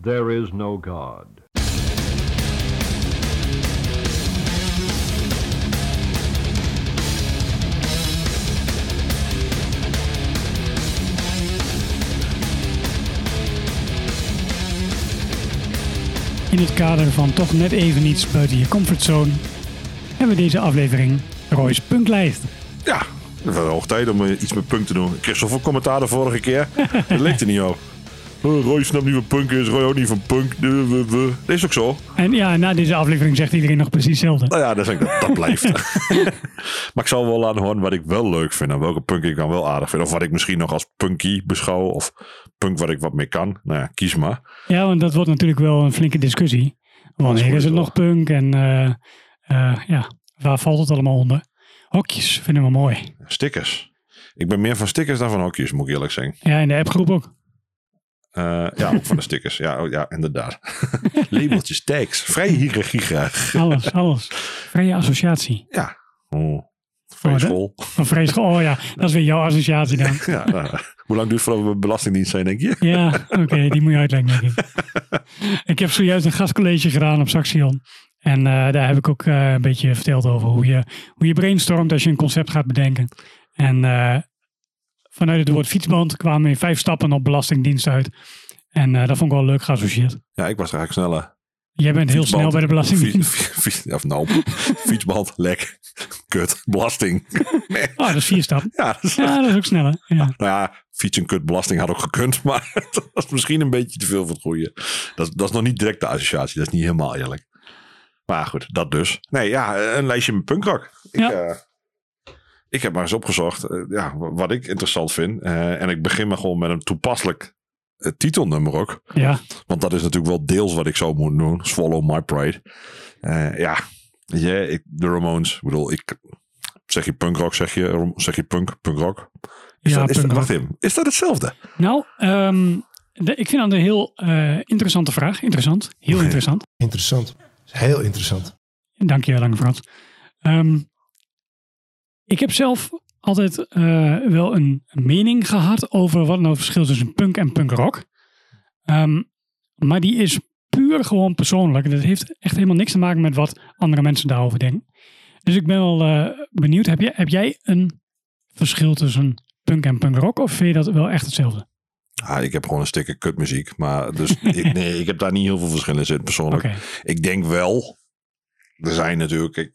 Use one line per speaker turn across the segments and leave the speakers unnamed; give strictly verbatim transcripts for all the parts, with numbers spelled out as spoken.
There is no God.
In het kader van toch net even iets buiten je comfortzone hebben we deze aflevering Roy's Punklijst.
Ja, het was hoog tijd om iets met punk te doen. Ik kreeg zoveel commentaar de vorige keer. Dat leek er niet op. Uh, Roy snapt niet wat punk is, Roy ook niet van punk. Uh, uh, uh. Dat is ook zo.
En ja, na deze aflevering zegt iedereen nog precies hetzelfde.
Nou ja, dat, ik, dat, dat blijft. Maar ik zal wel laten horen wat ik wel leuk vind. En welke punk ik dan wel aardig vind. Of wat ik misschien nog als punky beschouw. Of punk waar ik wat mee kan. Nou ja, kies maar.
Ja, want dat wordt natuurlijk wel een flinke discussie. Wanneer is het nog punk? En uh, uh, ja, waar valt het allemaal onder? Hokjes vinden we mooi.
Stickers. Ik ben meer van stickers dan van hokjes, moet ik eerlijk zeggen.
Ja, in de appgroep ook.
Uh, ja, ook van de stickers. Ja, ja inderdaad. Labeltjes, tags. Vrije hiërarchie graag.
Alles, alles. Vrije associatie.
Ja. Oh, vrije school.
Van vrije school. Oh ja, dat is weer jouw associatie dan.
Ja, nou, hoe lang duurt het voordat we belastingdienst zijn, denk je?
Ja, oké. Okay, die moet je uitleggen, denk ik. Ik heb zojuist een gastcollege gedaan op Saxion. En uh, daar heb ik ook uh, een beetje verteld over hoe je, hoe je brainstormt als je een concept gaat bedenken. En uh, vanuit het woord fietsband kwamen in vijf stappen op belastingdienst uit. En uh, dat vond ik wel leuk geassocieerd.
Ja, ik was eigenlijk sneller.
Jij bent heel snel bij de belastingdienst.
Fiets, fiets, of nou, fietsband, lek, kut, belasting.
Nee. Oh, dat is vier stappen.
Ja, dat is,
ja, dat is ook sneller. Ja.
Nou ja, fiets en kut, belasting had ook gekund. Maar dat was misschien een beetje te veel voor het goede. Dat, dat is nog niet direct de associatie. Dat is niet helemaal eerlijk. Maar goed, dat dus. Nee, ja, een lijstje met punkrock. Ik, ja. uh, ik heb maar eens opgezocht uh, ja, wat ik interessant vind. Uh, en ik begin maar gewoon met een toepasselijk uh, titelnummer ook.
Ja.
Want dat is natuurlijk wel deels wat ik zou moeten doen. Swallow My Pride. Uh, ja, yeah, ik, de Ramones. Ik bedoel, ik, zeg je punkrock, zeg je, zeg je punk, punkrock? Is
ja,
dat, is
punk
dat, wacht even, is dat hetzelfde?
Nou, um, de, ik vind dat een heel uh, interessante vraag. Interessant, heel okay. interessant.
Interessant. Heel interessant.
Dank je wel, Lange Frans. Um, ik heb zelf altijd uh, wel een mening gehad over wat nou het verschil is tussen punk en punkrock. Um, maar die is puur gewoon persoonlijk. Dat heeft echt helemaal niks te maken met wat andere mensen daarover denken. Dus ik ben wel uh, benieuwd. Heb, je, heb jij een verschil tussen punk en punkrock? Of vind je dat wel echt hetzelfde?
Ah, ik heb gewoon een stikke kutmuziek. Maar dus ik, nee, ik heb daar niet heel veel verschillen in zitten persoonlijk. Okay. Ik denk wel. Er zijn natuurlijk. Ik,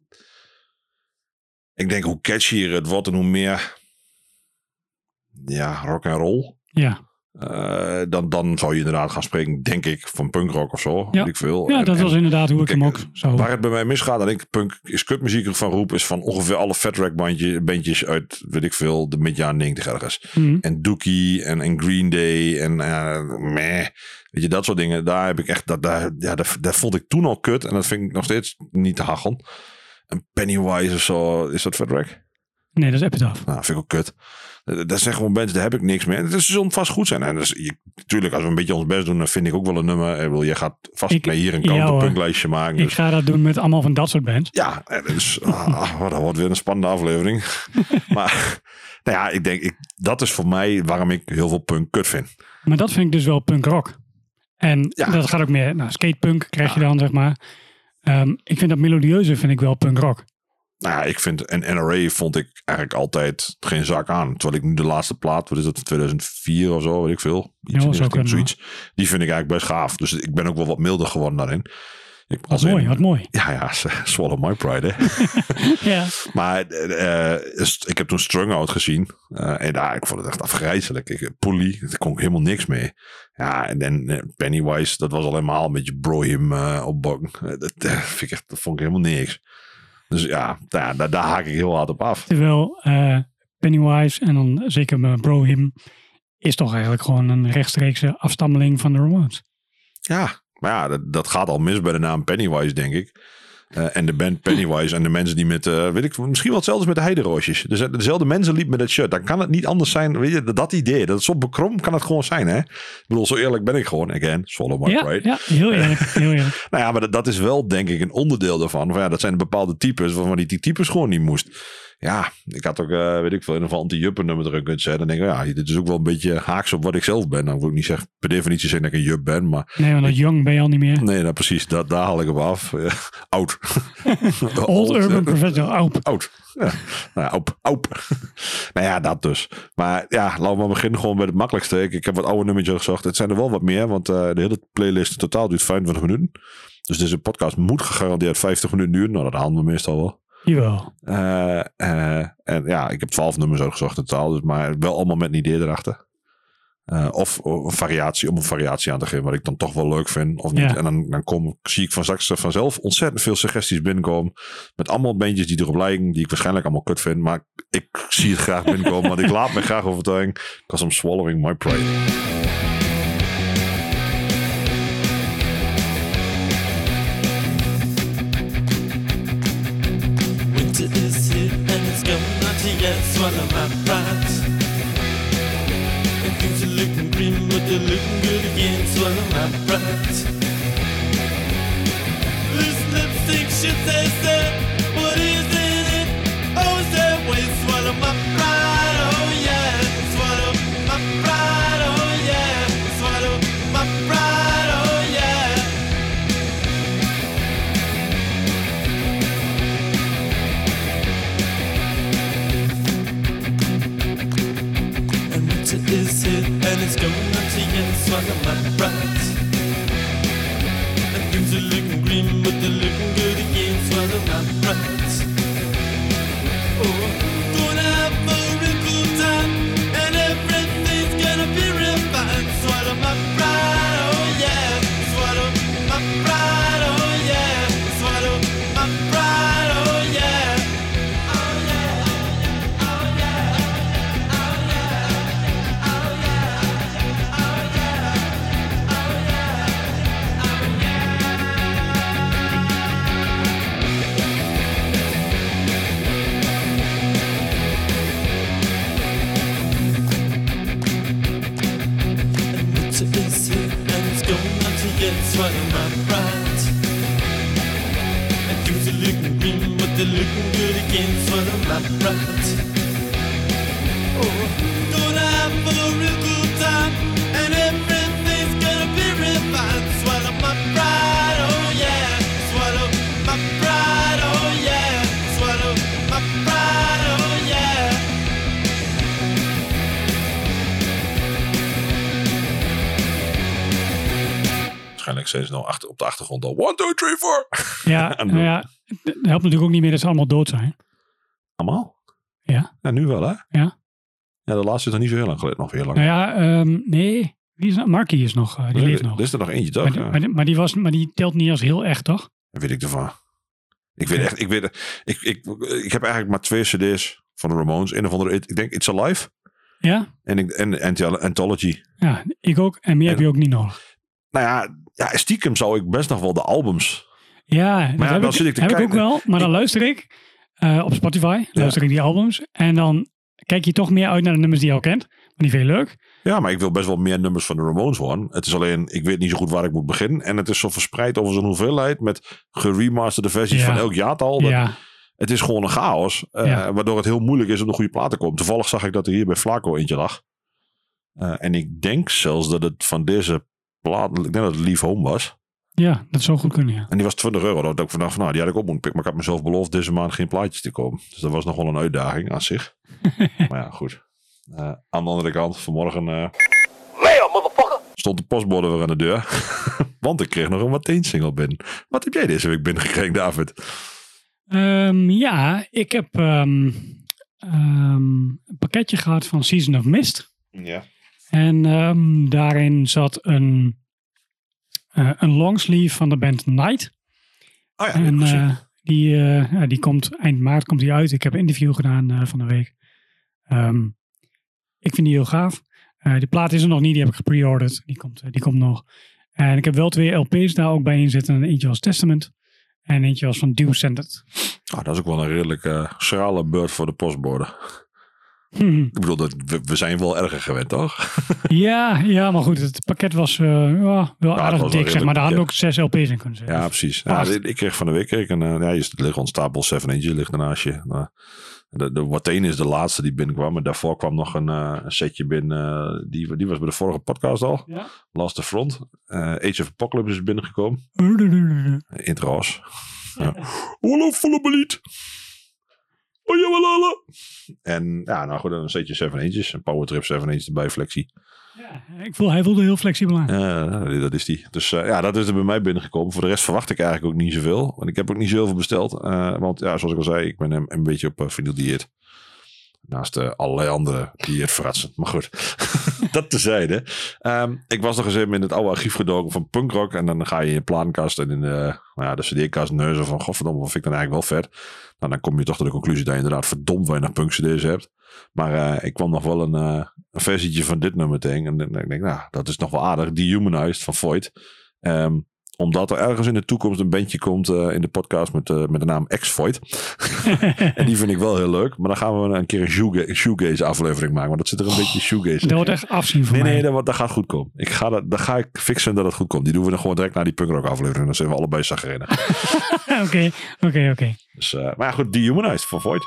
ik denk hoe catchier het wordt en hoe meer. Ja, rock en roll.
Ja.
Uh, dan, dan zou je inderdaad gaan spreken, denk ik, van punkrock of zo.
Ja,
ik veel.
ja dat en, was inderdaad hoe ik kijk, hem ook zou.
Waar het bij mij misgaat, dan denk ik, punk is kutmuziek van roep, is van ongeveer alle fatrack bandjes uit, weet ik veel, de mid-jaren negentig ergens. Mm. En Dookie en, en Green Day en uh, meh, weet je, dat soort dingen. Daar heb ik echt, dat, daar, ja, dat, dat vond ik toen al kut en dat vind ik nog steeds niet te hachelen. En Pennywise of zo, is dat fatrack?
Nee, dat is Epitaph.
Nou, vind ik ook kut. Dat zijn gewoon bands, daar heb ik niks mee. Het zullen vast goed zijn. En dus, natuurlijk, als we een beetje ons best doen, dan vind ik ook wel een nummer. Je gaat vast ik, mee hier een counterpunklijstje ja, maken.
Ik
dus.
ga dat doen met allemaal van dat soort bands.
Ja, dus ah, dat wordt weer een spannende aflevering. Maar nou ja, ik denk, ik, dat is voor mij waarom ik heel veel punk kut vind.
Maar dat vind ik dus wel punkrock. En ja. dat gaat ook meer, nou, skatepunk krijg ja. je dan, zeg maar. Um, ik vind dat melodieuze vind ik wel punkrock.
Nou ja, ik vind, en N R A vond ik eigenlijk altijd geen zak aan. Terwijl ik nu de laatste plaat, wat is dat, tweeduizend vier of zo, weet ik veel. Iets ja, richting, zoiets. Die vind ik eigenlijk best gaaf. Dus ik ben ook wel wat milder geworden daarin. Ik,
wat mooi, in, wat mooi.
Ja, ja, Swallow My Pride, hè.
ja.
Maar uh, ik heb toen Strung Out gezien. Uh, en daar, ik vond het echt afgrijzelijk. Ik, Pulley, daar kon ik helemaal niks mee. Ja, en, en Pennywise, dat was allemaal een beetje bro-him uh, opbakken. Uh, dat, uh, vind ik echt, dat vond ik helemaal niks. Dus ja, daar, daar, daar haak ik heel hard op af.
Terwijl uh, Pennywise en dan zeker mijn bro-him is toch eigenlijk gewoon een rechtstreekse afstammeling van de Ramones.
Ja, maar ja, dat, dat gaat al mis bij de naam Pennywise, denk ik. Uh, en de band Pennywise en de mensen die met, uh, weet ik, misschien wel hetzelfde met de heideroosjes. Dus dezelfde mensen liepen met dat shirt. Dan kan het niet anders zijn, weet je, dat idee. Dat is zo bekrom kan het gewoon zijn, hè. Ik bedoel, zo eerlijk ben ik gewoon. Again, swallow my
ja,
pride.
Ja, heel eerlijk. Heel eerlijk.
Nou ja, maar dat, dat is wel denk ik een onderdeel daarvan. Van, ja, dat zijn bepaalde types waarvan die, die types gewoon niet moest. Ja, ik had ook, uh, weet ik veel, in ieder geval anti-juppen nummer erin kunnen zetten. Dan denk ik, ja, dit is ook wel een beetje haaks op wat ik zelf ben. Dan wil ik niet zeggen, per definitie zeggen dat ik een jup ben, maar...
Nee, want dat jong ben je al niet meer.
Nee, nou precies, dat, daar haal ik hem af. Uh, oud.
Old, Old Urban uh, Professional, oud.
Oud, ja. Nou ja, oud, oud. Nou ja, dat dus. Maar ja, laten we maar beginnen gewoon bij het makkelijkste. Ik, ik heb wat oude nummertjes gezocht. Het zijn er wel wat meer, want uh, de hele playlist in totaal duurt vijfentwintig minuten. Dus deze podcast moet gegarandeerd vijftig minuten duren. Nou, dat halen we meestal wel.
Jawel.
Uh, uh, en ja, ik heb twaalf nummers uitgezocht in totaal. Dus, maar wel allemaal met een idee erachter. Uh, of, of een variatie, om een variatie aan te geven. Wat ik dan toch wel leuk vind. Of niet. Ja. En dan, dan kom, zie ik van straks vanzelf ontzettend veel suggesties binnenkomen. Met allemaal bandjes die erop lijken. Die ik waarschijnlijk allemaal kut vind. Maar ik zie het graag binnenkomen. Want ik laat me graag overtuigen. Because I'm swallowing my pride.
Yes, swallow my pride. And things are looking grim, but they're looking good again. Swallow my pride. This lipstick shit they said, what is in it? Oh, is that way? Swallow my pride, oh yeah. Swallow my pride, oh yeah. Swallow my pride, oh yeah. Is it and it's going on to you, swallow my pride. And things are looking grim, but they're looking good again, swallow my pride. Oh, gonna have a real cool time, and everything's gonna be real fine. Swallow my pride, oh yeah, swallow my pride, oh yeah, swallow my pride, oh yeah. Swallow my pride. And things are looking grim, but they're looking good again. Swallow my pride. Oh, gonna have a real good time, and everything's gonna be real fine. Swallow my pride, oh yeah. Swallow my pride, oh yeah. Swallow my pride, oh yeah.
Waarschijnlijk zijn ze nou achter, op de achtergrond al one, two, three, four.
Ja, nou ja, het helpt natuurlijk ook niet meer dat ze allemaal dood zijn.
Allemaal?
Ja.
Ja, nu wel hè?
Ja.
Ja, de laatste is nog niet zo heel lang geleden. Nog heel lang.
Nou ja, um, nee. Wie is, Marky is nog, uh, die
er,
leeft nog.
Er is er nog eentje toch?
Maar,
Ja.
maar, die, maar, die was, maar die telt niet als heel echt, toch?
Dat weet ik ervan. Ik weet echt, ik weet, ik, ik, ik heb eigenlijk maar twee cd's van de Ramones. Een of andere, ik denk It's Alive.
Ja.
En, ik, en, en Anthology.
Ja, ik ook. En meer en, heb je ook niet nodig.
Nou ja, ja, stiekem zou ik best nog wel de albums.
Ja, dat
maar ja,
heb,
dan
ik,
zit ik te
heb
kijken.
ik ook wel. Maar dan ik, luister ik uh, op Spotify. Luister ja. ik die albums. En dan kijk je toch meer uit naar de nummers die je al kent. Maar die vind je leuk.
Ja, maar ik wil best wel meer nummers van de Ramones horen. Het is alleen, ik weet niet zo goed waar ik moet beginnen. En het is zo verspreid over zo'n hoeveelheid. Met geremasterde versies ja. van elk jaartal. Dat,
ja.
Het is gewoon een chaos. Uh, ja. Waardoor het heel moeilijk is om de goede plaat te komen. Toevallig zag ik dat er hier bij Flaco eentje lag. Uh, en ik denk zelfs dat het van deze plaat, ik denk dat het Leave Home was.
Ja, dat zou goed kunnen, ja.
En die was twintig euro. Dat ik vandaag van, nou, die had ik op moeten pikken. Maar ik had mezelf beloofd deze maand geen plaatjes te komen. Dus dat was nog wel een uitdaging aan zich. Maar ja, goed. Uh, aan de andere kant, vanmorgen uh, stond de postbode weer aan de deur. Want ik kreeg nog een Wateen single binnen. Wat heb jij deze week binnengekregen, David?
Um, ja, ik heb um, um, een pakketje gehad van Season of Mist.
Ja.
En um, daarin zat een, uh, een longsleeve van de band Night.
Oh ja,
en uh, die, uh, ja, die komt eind maart komt die uit. Ik heb een interview gedaan uh, van de week. Um, ik vind die heel gaaf. Uh, de plaat is er nog niet, die heb ik gepreorderd. Die komt, uh, die komt nog. En ik heb wel twee L P's daar ook bij in zitten. En eentje als Testament. En eentje was van Due Centered.
Oh, dat is ook wel een redelijk uh, schrale beurt voor de postbode.
Hmm.
Ik bedoel, dat, we, we zijn wel erger gewend, toch?
ja, ja, maar goed, het pakket was uh, ja, wel
ja,
aardig
was
dik,
wel
zeg maar. Daar hadden ook
pakket.
zes L P's in kunnen zitten.
Ja, precies. Ja, ik kreeg van de week kreeg een, uh, ja, je ligt een stapel zeven eentje ligt ernaast je. Uh, de, de Watain is de laatste die binnenkwam. En daarvoor kwam nog een, uh, een setje binnen. Uh, die, die was bij de vorige podcast al.
Ja.
Last the Front. Uh, Age of Apocalypse is binnengekomen. In het roze. Ja. Hallo, volle belied. Oh ja, wel En ja, nou goed, een setje zeven eentjes. Een Power Trip zeven eentjes erbij, flexie.
Ja, ik voel, hij voelde heel flexibel aan.
Uh, dat is die. Dus uh, ja, dat is er bij mij binnengekomen. Voor de rest verwacht ik eigenlijk ook niet zoveel. Want ik heb ook niet zoveel besteld. Uh, want ja, zoals ik al zei, ik ben een, een beetje op uh, vinyl dieet. Naast uh, allerlei andere dieetfratsen. Maar goed, dat tezijde. Um, ik was nog eens even in het oude archief gedoken van punkrock. En dan ga je in je plaankast en in de, nou ja, de cd-kast neuzen van... Godverdomme, wat vind ik dan eigenlijk wel vet. Nou, dan kom je toch tot de conclusie dat je inderdaad verdomd weinig punk-cd's hebt. Maar uh, ik kwam nog wel een, uh, een versietje van dit nummer tegen. En dan denk ik, nou, dat is nog wel aardig. Dehumanized van Void. Um, omdat er ergens in de toekomst een bandje komt uh, in de podcast met, uh, met de naam X-Void. En die vind ik wel heel leuk. Maar dan gaan we een keer een shoegaze, shoegaze aflevering maken. Want dat zit er een beetje shoegaze in.
Dat wordt echt afzien voor
nee,
mij.
Nee, dat, dat gaat goed komen. Ik ga dat, dat ga ik fixen dat het goed komt. Die doen we dan gewoon direct naar die punkrock aflevering. Dan zijn we allebei zagrijnig.
Oké, oké, oké.
Dus, uh, maar ja, goed, Dehumanized van Void.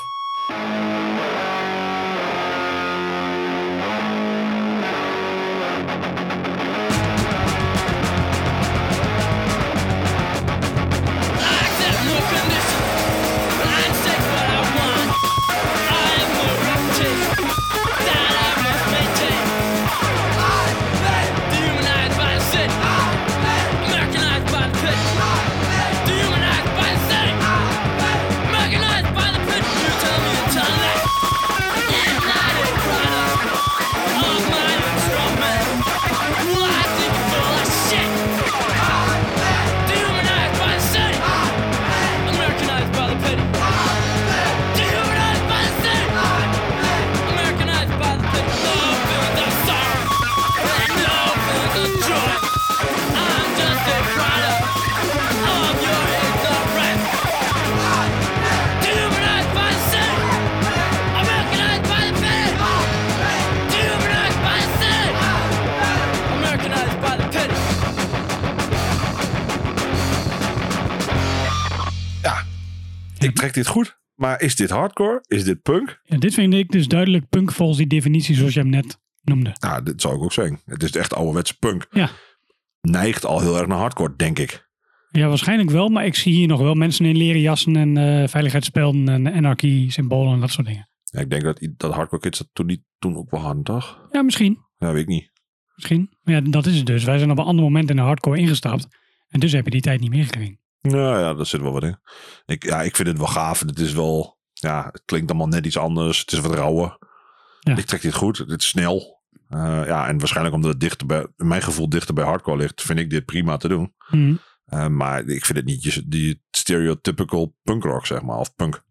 Ik trek dit goed, maar is dit hardcore? Is dit punk?
Ja, dit vind ik dus duidelijk punk volgens die definitie zoals je hem net noemde.
Nou, dit zou ik ook zeggen. Het is echt ouderwetse punk.
Ja.
Neigt al heel erg naar hardcore, denk ik.
Ja, waarschijnlijk wel, maar ik zie hier nog wel mensen in leren jassen en uh, veiligheidsspelden en anarchie symbolen en dat soort dingen.
Ja, ik denk dat, dat hardcore kids dat toen, niet, toen ook wel hadden, toch?
Ja, misschien.
Ja, weet ik niet.
Misschien. Maar ja, dat is het dus. Wij zijn op een ander moment in de hardcore ingestapt en dus heb je die tijd niet meer gekregen.
Nou ja, daar zit wel wat in. Ik, ja, ik vind het wel gaaf. Het is wel, ja, het klinkt allemaal net iets anders. Het is wat rauwer. Ja. Ik trek dit goed. Het is snel. Uh, ja, en waarschijnlijk omdat het dichter bij, in mijn gevoel dichter bij hardcore ligt, vind ik dit prima te doen.
Mm.
Uh, maar ik vind het niet die stereotypical punkrock, zeg maar. Of punk.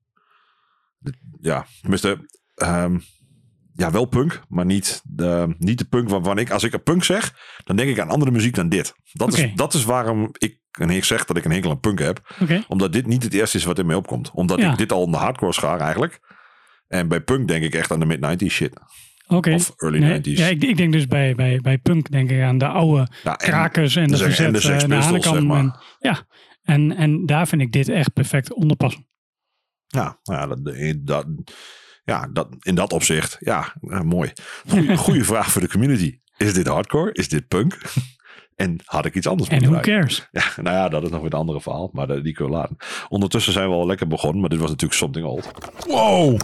Ja, tenminste, um, ja, wel punk, maar niet de, niet de punk waarvan ik, als ik een punk zeg, dan denk ik aan andere muziek dan dit. Dat, okay. is, dat is waarom ik, en ik zeg dat ik een hekel aan punk heb.
Okay.
Omdat dit niet het eerste is wat in mij opkomt. Omdat ja. ik dit al in de hardcore schaar eigenlijk. En bij punk denk ik echt aan de mid-nineties shit.
Okay.
Of early
nee,
nineties.
Ja, ik, ik denk dus bij, bij, bij punk denk ik aan de oude ja, en, krakers en de verzet en de Sex Pistols, zeg maar. En, ja, en, en daar vind ik dit echt perfect onder passen.
Ja, ja, dat, dat, ja dat, in dat opzicht, ja, uh, mooi. Goeie, goeie vraag voor de community. Is dit hardcore? Is dit punk? En had ik iets anders
moeten En who cares?
Ja, nou ja, dat is nog weer een andere verhaal. Maar die kunnen we laten. Ondertussen zijn we al lekker begonnen. Maar dit was natuurlijk Something Old. Wow!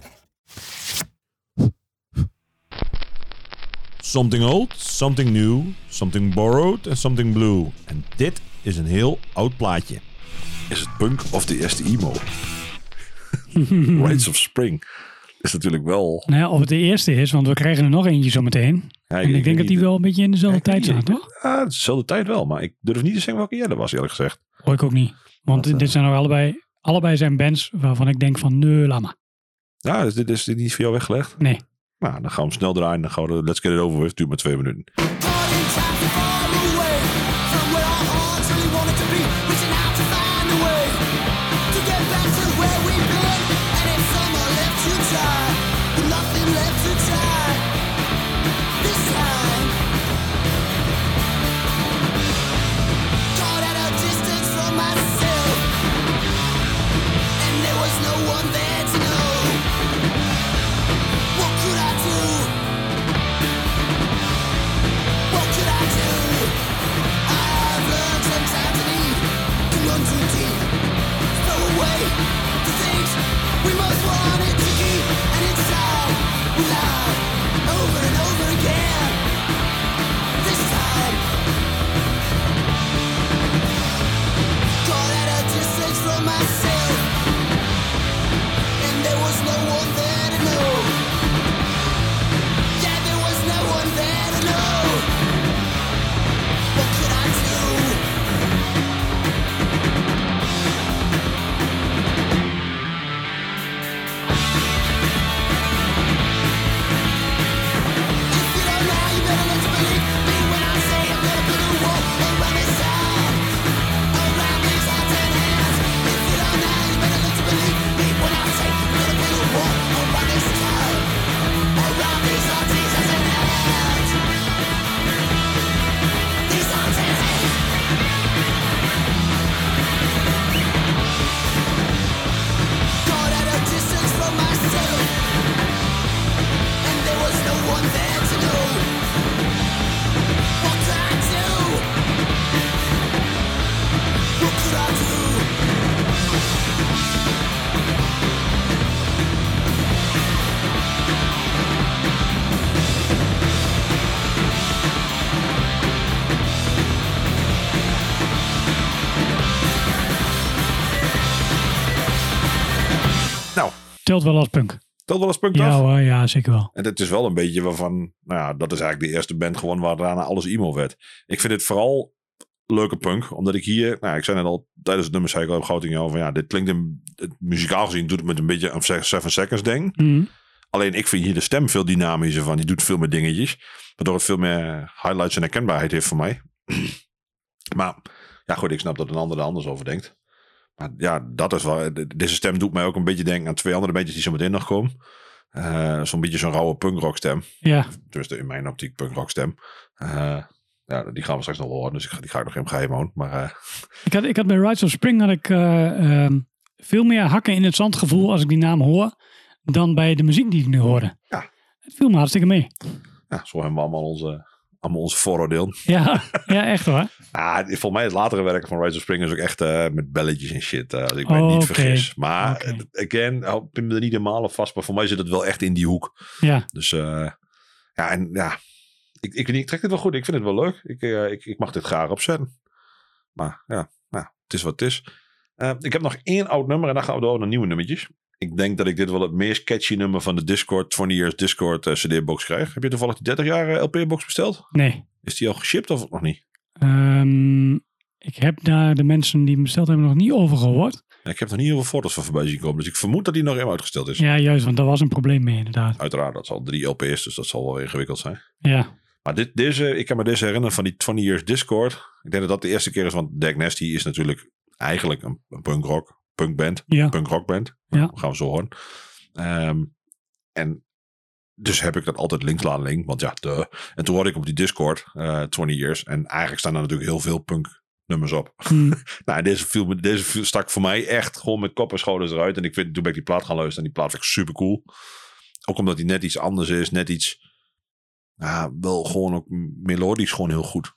Something old, something new, something borrowed en something blue. En dit is een heel oud plaatje. Is het punk of de eerste emo? Rites of Spring is natuurlijk wel...
Nou ja, of het de eerste is, want we krijgen er nog eentje zo meteen. Ja, ik, en ik, ik denk dat die wel een beetje in dezelfde ja, tijd staat, toch?
Ja, dezelfde tijd wel, maar ik durf niet te zeggen welke eerder was, eerlijk gezegd.
Hoor ik ook niet. Want dat, dit zijn ook allebei, allebei zijn bands waarvan ik denk van, nee, laat maar.
Ja, is dit, is dit niet voor jou weggelegd?
Nee.
Nou, dan gaan we hem snel draaien. Dan gaan we, let's get it over with. Het duurt maar twee minuten.
From where our hearts really wanted to be, reaching out to find a way.
telt wel als punk.
Telt wel als punk,
Ja
toch?
hoor, ja, zeker wel.
En het is wel een beetje waarvan, nou ja, dat is eigenlijk de eerste band gewoon waar daarna alles emo werd. Ik vind het vooral leuke punk, omdat ik hier, nou ik zei net al, tijdens het nummer zei ik al op Gouting van ja, dit klinkt een, het, muzikaal gezien doet het met een beetje een Seven Seconds ding.
Mm.
Alleen ik vind hier de stem veel dynamischer van, die doet veel meer dingetjes, waardoor het veel meer highlights en herkenbaarheid heeft voor mij. Maar ja goed, ik snap dat een ander er anders over denkt. Maar ja, dat is wel, deze stem doet mij ook een beetje denken aan twee andere bandjes die zo meteen nog komen. Uh, zo'n beetje zo'n rauwe punkrock stem.
Ja.
Tenminste in mijn optiek punkrock stem. Uh, ja, die gaan we straks nog wel horen. Dus ik ga, die ga ik nog even geheim houden. Maar, uh...
ik, had, ik had bij Rides of Spring had ik uh, um, veel meer hakken in het zand gevoel als ik die naam hoor. Dan bij de muziek die ik nu hoorde.
Ja.
Het viel me hartstikke mee.
Ja, zo hebben we allemaal onze, allemaal onze vooroordeel.
Ja, ja, echt hoor.
Ah, volgens mij het latere werk van Rides of Spring is ook echt uh, met belletjes en shit. Uh, als ik mij
oh,
niet
okay.
vergis. Maar
okay.
again, ik ben me er niet helemaal op vast. Maar voor mij zit het wel echt in die hoek.
Ja.
Dus uh, ja, en ja. Ik, ik, ik trek het wel goed. Ik vind het wel leuk. Ik, uh, ik, ik mag dit graag opzetten. Maar ja, nou, het is wat het is. Uh, ik heb nog één oud nummer en dan gaan we door naar nieuwe nummertjes. Ik denk dat ik dit wel het meest catchy nummer van de Discord, twintig years Discord uh, C D-box krijg. Heb je toevallig die dertig jaar uh, L P-box besteld?
Nee.
Is die al geshipped of nog niet?
Um, ik heb daar de mensen die hem besteld hebben nog niet over gehoord.
Ja, ik heb nog niet heel veel foto's van voorbij zien komen. Dus ik vermoed dat die nog helemaal uitgesteld is.
Ja, juist, want daar was een probleem mee inderdaad.
Uiteraard, dat zal drie L P's, dus dat zal wel ingewikkeld zijn.
Ja.
Maar dit, deze, ik kan me deze herinneren van die twintig years Discord. Ik denk dat dat de eerste keer is, want Dag Nasty is natuurlijk eigenlijk een, een punkrock, punkband,
ja.
punkrockband.
Ja.
Nou, gaan we zo horen. Um, en dus heb ik dat altijd links laten liggen, want ja, duh. En toen hoorde ik op die Discord uh, twintig years. En eigenlijk staan er natuurlijk heel veel punk nummers op.
Hmm.
nou, deze, viel, deze stak voor mij echt gewoon met kop en schouders eruit. En ik vind, toen ben ik die plaat gaan luisteren en die plaat vind ik super cool. Ook omdat die net iets anders is, net iets, ja, wel gewoon ook melodisch gewoon heel goed.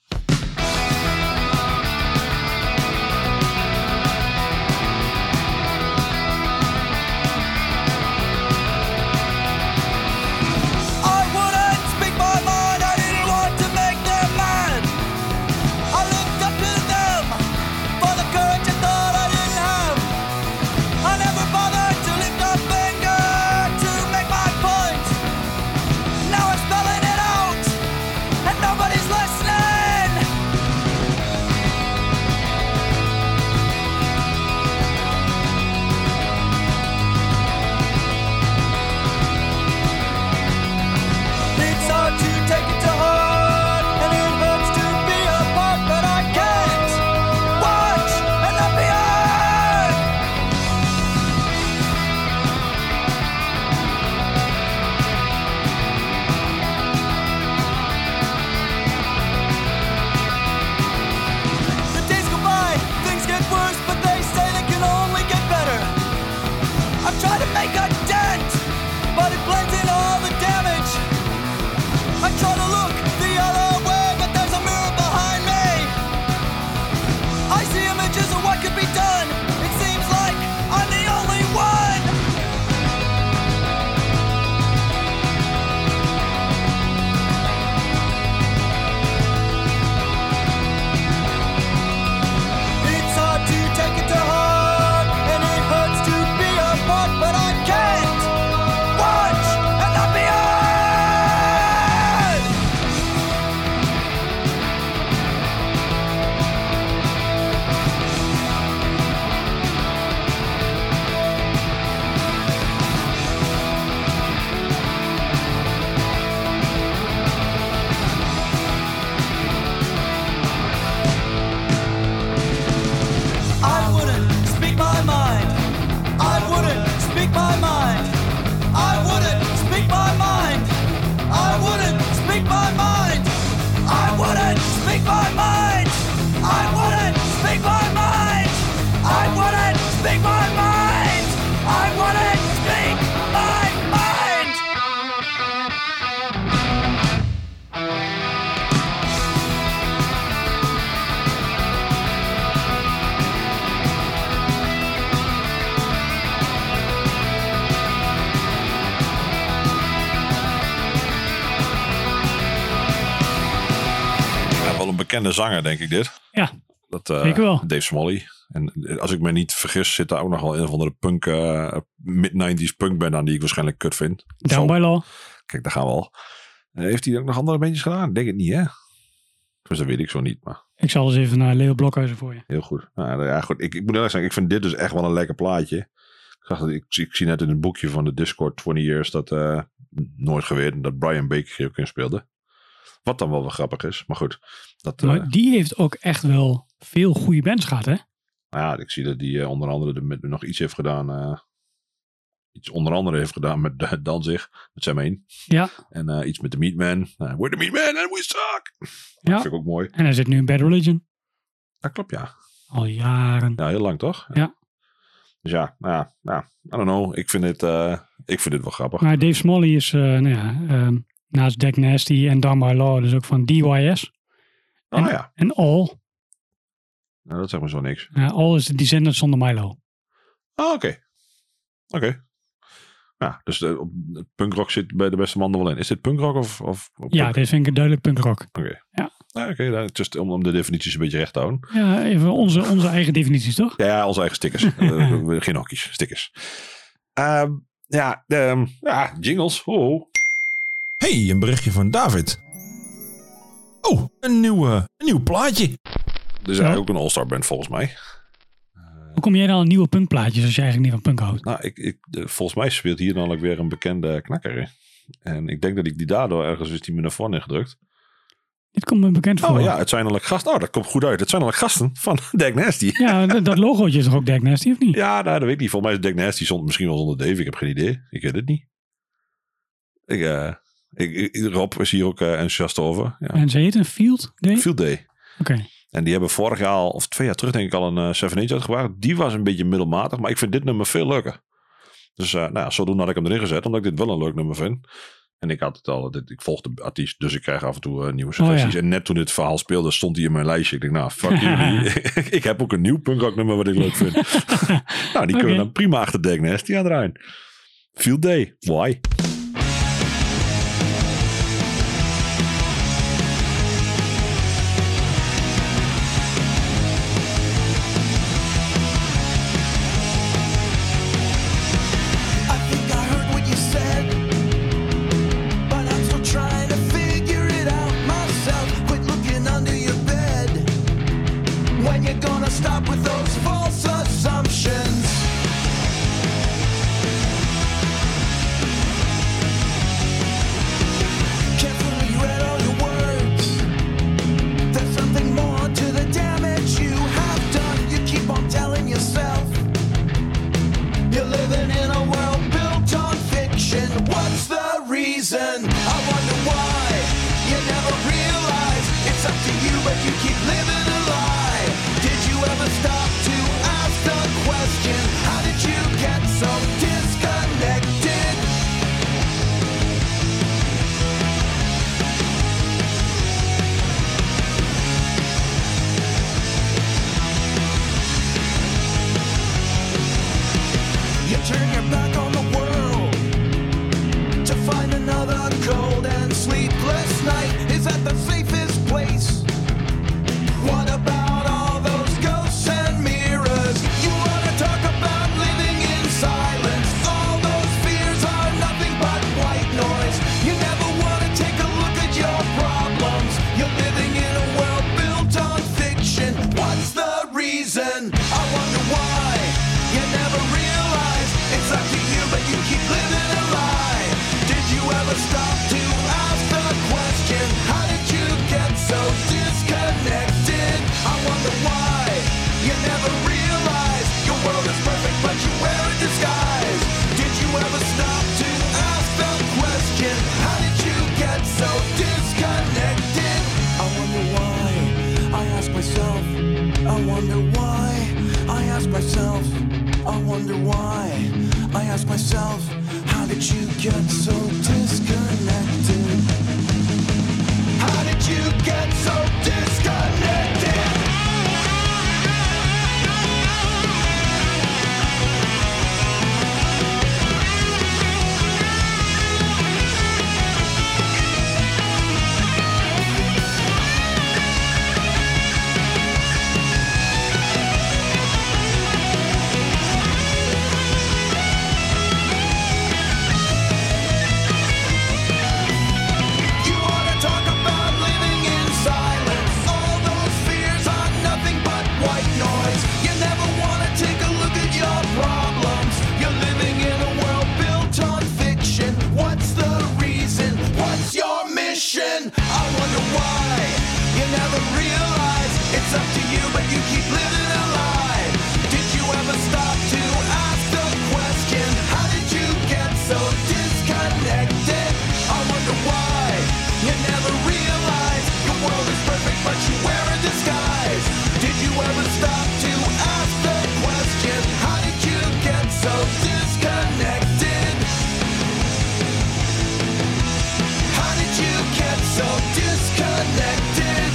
Bekende zanger, denk ik dit.
Ja,
dat, uh,
zeker wel.
Dave Smalley. En als ik me niet vergis, zit daar ook nog wel een of andere punk, uh, mid-nineties punkband aan die ik waarschijnlijk kut vind.
Down by Law.
Kijk, daar gaan we al. Uh, heeft hij ook nog andere bandjes gedaan? Denk het niet, hè? Dus dat weet ik zo niet, maar...
Ik zal eens even naar Leo Blokhuizen voor je.
Heel goed. Nou, ja, goed. Ik, ik moet eerlijk zeggen, ik vind dit dus echt wel een lekker plaatje. Ik, zag dat, ik, ik zie net in het boekje van de Discord twintig years dat uh, nooit geweten dat Brian Baker ook in speelde. Wat dan wel wel grappig is, maar goed. Dat, uh,
maar die heeft ook echt wel veel goede bands gehad, hè?
Nou ja, ik zie dat die uh, onder andere met, nog iets heeft gedaan. Uh, iets onder andere heeft gedaan met uh, Danzig, met Sam Hain.
Ja.
En uh, iets met de Meatman. Uh, we're the Meatman and we suck.
Ja.
Dat vind ik ook mooi.
En hij zit nu in Bad Religion.
Dat klopt, ja.
Al jaren.
Ja, heel lang toch?
Ja.
Dus ja, nou ja, nou, I don't know. Ik vind dit, uh, ik vind dit wel grappig.
Maar Dave Smalley is, uh, nou ja, uh, naast Deck Nasty en Down by Law, dus ook van D Y S.
Oh
en,
ja.
En All.
Nou, dat zegt me zo niks.
Uh, All is de Descendants zonder Milo.
Oh, oké. Okay. Oké. Okay. Ja, dus de, op, de punkrock zit bij de beste man er wel in. Is dit punkrock of, of, of
Ja,
punk?
dit vind ik duidelijk punkrock.
Oké. Okay.
Ja.
Ah, Oké, okay, just om, om de definities een beetje recht te houden.
Ja, even onze, onze eigen definities, toch?
Ja, ja onze eigen stickers. uh, geen hokjes, stickers. Uh, ja, um, ja, jingles. Ho.
Hey, een berichtje van David. Oh, een nieuw, uh, een nieuw plaatje.
Er is eigenlijk ook een all-star band volgens mij.
Hoe kom jij dan aan nieuwe punkplaatjes als je eigenlijk niet van punk houdt?
Nou, ik, ik, de, volgens mij speelt hier namelijk weer een bekende knakker in. En ik denk dat ik die daardoor ergens is die me naar voren ingedrukt.
Dit komt me bekend voor.
Oh ja, het zijn namelijk gasten. Oh, dat komt goed uit. Het zijn namelijk gasten van Deck Nasty.
Ja, dat, dat logootje is toch ook Deck Nasty, of niet?
Ja, nou, dat weet ik niet. Volgens mij is Deck Nasty zonder, misschien wel zonder Dave. Ik heb geen idee. Ik weet het niet. Ik, uh, ik, ik, Rob is hier ook uh, enthousiast over. Ja.
En ze heet een Field Day?
Field Day.
Oké. Okay.
En die hebben vorig jaar al, of twee jaar terug denk ik al een uh, Seven Inch uitgebracht. Die was een beetje middelmatig, maar ik vind dit nummer veel leuker. Dus uh, nou ja, zodoende had ik hem erin gezet, omdat ik dit wel een leuk nummer vind. En ik had het al, dit, ik volg de artiest, dus ik krijg af en toe uh, nieuwe suggesties. Oh, ja. En net toen dit verhaal speelde, stond hij in mijn lijstje. Ik denk, nou, fuck jullie. Ik heb ook een nieuw punkrock nummer wat ik leuk vind. Nou, die okay. kunnen dan prima achter Deck Nasty aan draaien. Field Day, why?
keep living a lie. Did you ever stop to ask the question, how did you get so disconnected? I wonder why you never realize your world is perfect but you wear a disguise. Did you ever stop to ask the question, how did you get so disconnected? How did you get so disconnected?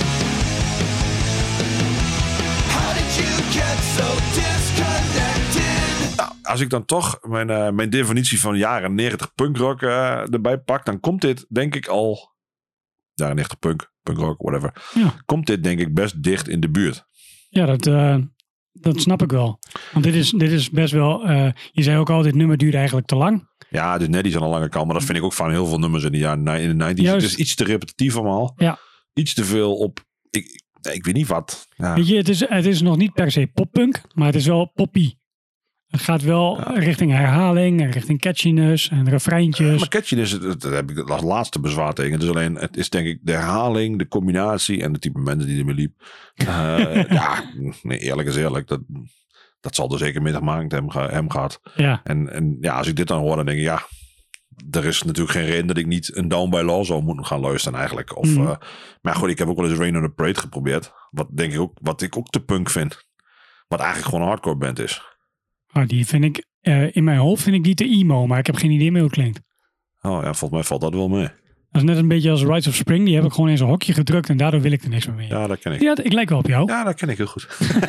How did you get so disconnected?
Nou, als ik dan toch mijn, uh, mijn definitie van jaren negentig punkrock uh, erbij pak, dan komt dit denk ik al, jaren negentig punk, punkrock, whatever,
Ja.
komt dit denk ik best dicht in de buurt.
Ja, dat, uh, dat snap ik wel. Want dit is, dit is best wel... Uh, je zei ook al, dit nummer duurde eigenlijk te lang.
Ja, dus net iets aan de lange kant, maar dat vind ik ook van heel veel nummers in de jaren in de negentig.
Juist.
Het is iets te repetitief allemaal.
Ja.
Iets te veel op, ik, ik weet niet wat. Ja.
Weet je, het is, het is nog niet per se poppunk, maar het is wel poppy. Het gaat wel
Ja.
richting herhaling, en richting catchiness en refreintjes.
Maar catchiness, dat heb ik als laatste bezwaar tegen. Het is alleen, het is denk ik de herhaling, de combinatie en de type mensen die ermee liep. Uh, ja, nee, eerlijk is eerlijk. Dat, dat zal er zeker mee te maken hebben ge- hem gehad.
Ja,
En, en ja, als ik dit dan hoor, dan denk ik, ja, er is natuurlijk geen reden dat ik niet een Down by Law zou moeten gaan luisteren eigenlijk. Of,
Mhm.
uh, maar goed, ik heb ook wel eens Rain on the Parade geprobeerd. Wat denk ik ook, wat ik ook te punk vind. Wat eigenlijk gewoon een hardcore band is.
oh, die vind ik, uh, in mijn hoofd vind ik die te emo, maar ik heb geen idee meer hoe het klinkt.
Oh ja, volgens mij valt dat wel mee.
Dat is net een beetje als Rides of Spring, die heb ik gewoon in zo'n hokje gedrukt en daardoor wil ik er niks meer mee.
Ja, dat ken ik.
Ja, ik lijk wel op jou.
Ja, dat ken ik heel goed.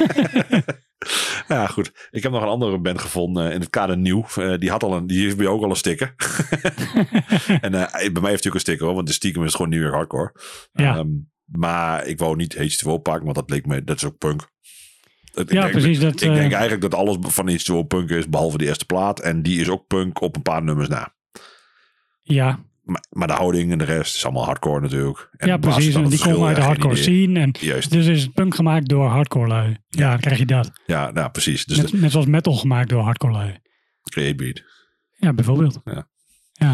Ja, goed. Ik heb nog een andere band gevonden uh, in het kader nieuw. Uh, die had al een, die heeft bij jou ook al een sticker. En uh, bij mij heeft hij ook een sticker hoor, want de stiekem is het gewoon New York hardcore.
Ja.
Um, maar ik wou niet H twee O pakken, want dat leek me, dat is ook punk. Het-
Ja,
ik denk,
precies, dat,
ik denk
uh,
eigenlijk dat alles van H twee O punk is, behalve de eerste plaat. En die is ook punk op een paar nummers na.
Ja,
Maar, maar de houding en de rest is allemaal hardcore natuurlijk. En
ja
de basis
precies.
van
En
het
die komen uit de
verschil, ja,
hardcore
geen idee.
scene. En
Juist.
dus is het punk gemaakt door hardcore lui. Ja,
Ja.
dan krijg je dat.
Ja, nou, precies. Dus
Net,
de
net zoals metal gemaakt door hardcore lui.
create beat.
Ja, bijvoorbeeld.
Ja.
Ja.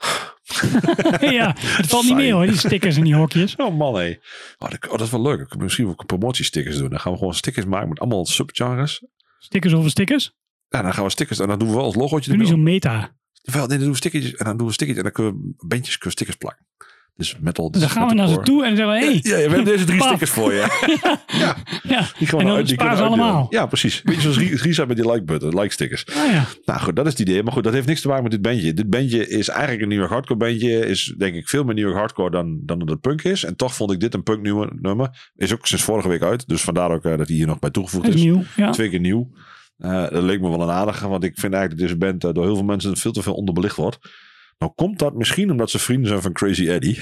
Ja, het valt niet
Saai.
meer hoor, die stickers en die hokjes.
Oh man, hé. Oh, dat, oh, dat is wel leuk. Ik kan misschien ook promotiestickers doen. Dan gaan we gewoon stickers maken met allemaal subgenres.
Stickers over stickers?
Ja, dan gaan we stickers en dan doen we wel als logootje
Doe niet
erbij.
zo meta.
Wel, nee, dan doen we stickertjes en dan doen we stickertjes en dan kunnen we bandjes kunnen stickers plakken. Dus metal.
Dan gaan we naar ze toe en dan zeggen we, hey,
Ja, ja, we hebben deze drie
paf.
stickers voor je. Ja,
ja.
die gaan we
En dan
uit- die
sparen
kunnen
ze
we uitdelen.
allemaal.
Ja, precies. Beetje zoals Ries- Risa met die like button, like stickers.
Ah ja.
Nou goed, dat is het idee. Maar goed, dat heeft niks te maken met dit bandje. Dit bandje is eigenlijk een New York hardcore bandje. Is denk ik veel meer New York hardcore dan, dan dat het punk is. En toch vond ik dit een punk nummer. nummer. Is ook sinds vorige week uit. Dus vandaar ook uh, dat hij hier nog bij toegevoegd
Dat is
is.
nieuw. Ja.
Twee keer nieuw. Uh, dat leek me wel een aardige. Want ik vind eigenlijk dat deze band uh, door heel veel mensen veel te veel onderbelicht wordt. Nou komt dat misschien omdat ze vrienden zijn van Crazy Eddie.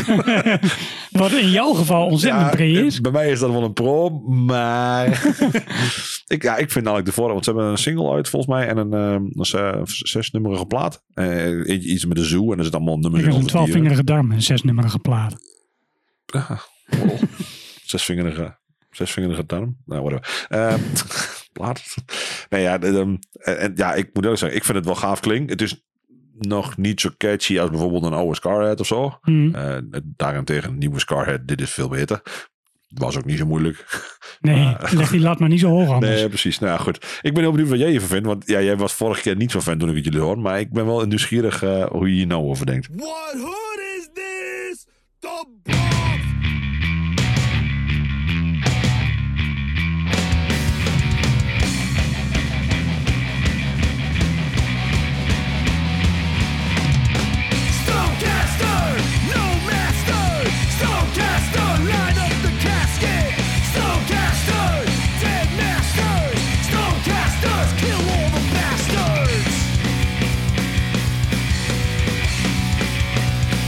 Wat in jouw geval ontzettend
Ja,
pre is.
bij mij is dat wel een pro, maar ik, ja, ik vind namelijk de vorige, want ze hebben een single uit volgens mij en een, um, een zes- zesnummerige plaat. Uh, eentje iets met een zoo en er zit allemaal nummers
Ik
in.
heb een
over dieren.
twaalfvingerige darm en zesnummerige plaat.
Ah, lol. Zesvingerige, zesvingerige darm. Nou, whatever. Uh, plaat. Nee, ja, de, um, en, ja, ik moet eerlijk zeggen, ik vind het wel gaaf klinken. Het is nog niet zo catchy als bijvoorbeeld een oude Scarhead of zo.
Hmm.
Uh, daarentegen een nieuwe Scarhead, dit is veel beter. Was ook niet zo moeilijk.
Nee,
Maar-
leg die lat maar niet zo hoog anders.
Nee, precies. Nou ja, goed. Ik ben heel benieuwd wat jij hiervan vindt. Want ja, jij was vorige keer niet zo fan toen ik het jullie hoor. Maar ik ben wel nieuwsgierig uh, hoe je hier nou over denkt.
What hood is this? The Bronx. Stonecaster, no master. Stonecaster, line up the casket. Stonecaster, dead masters. Stonecasters, kill all the bastards.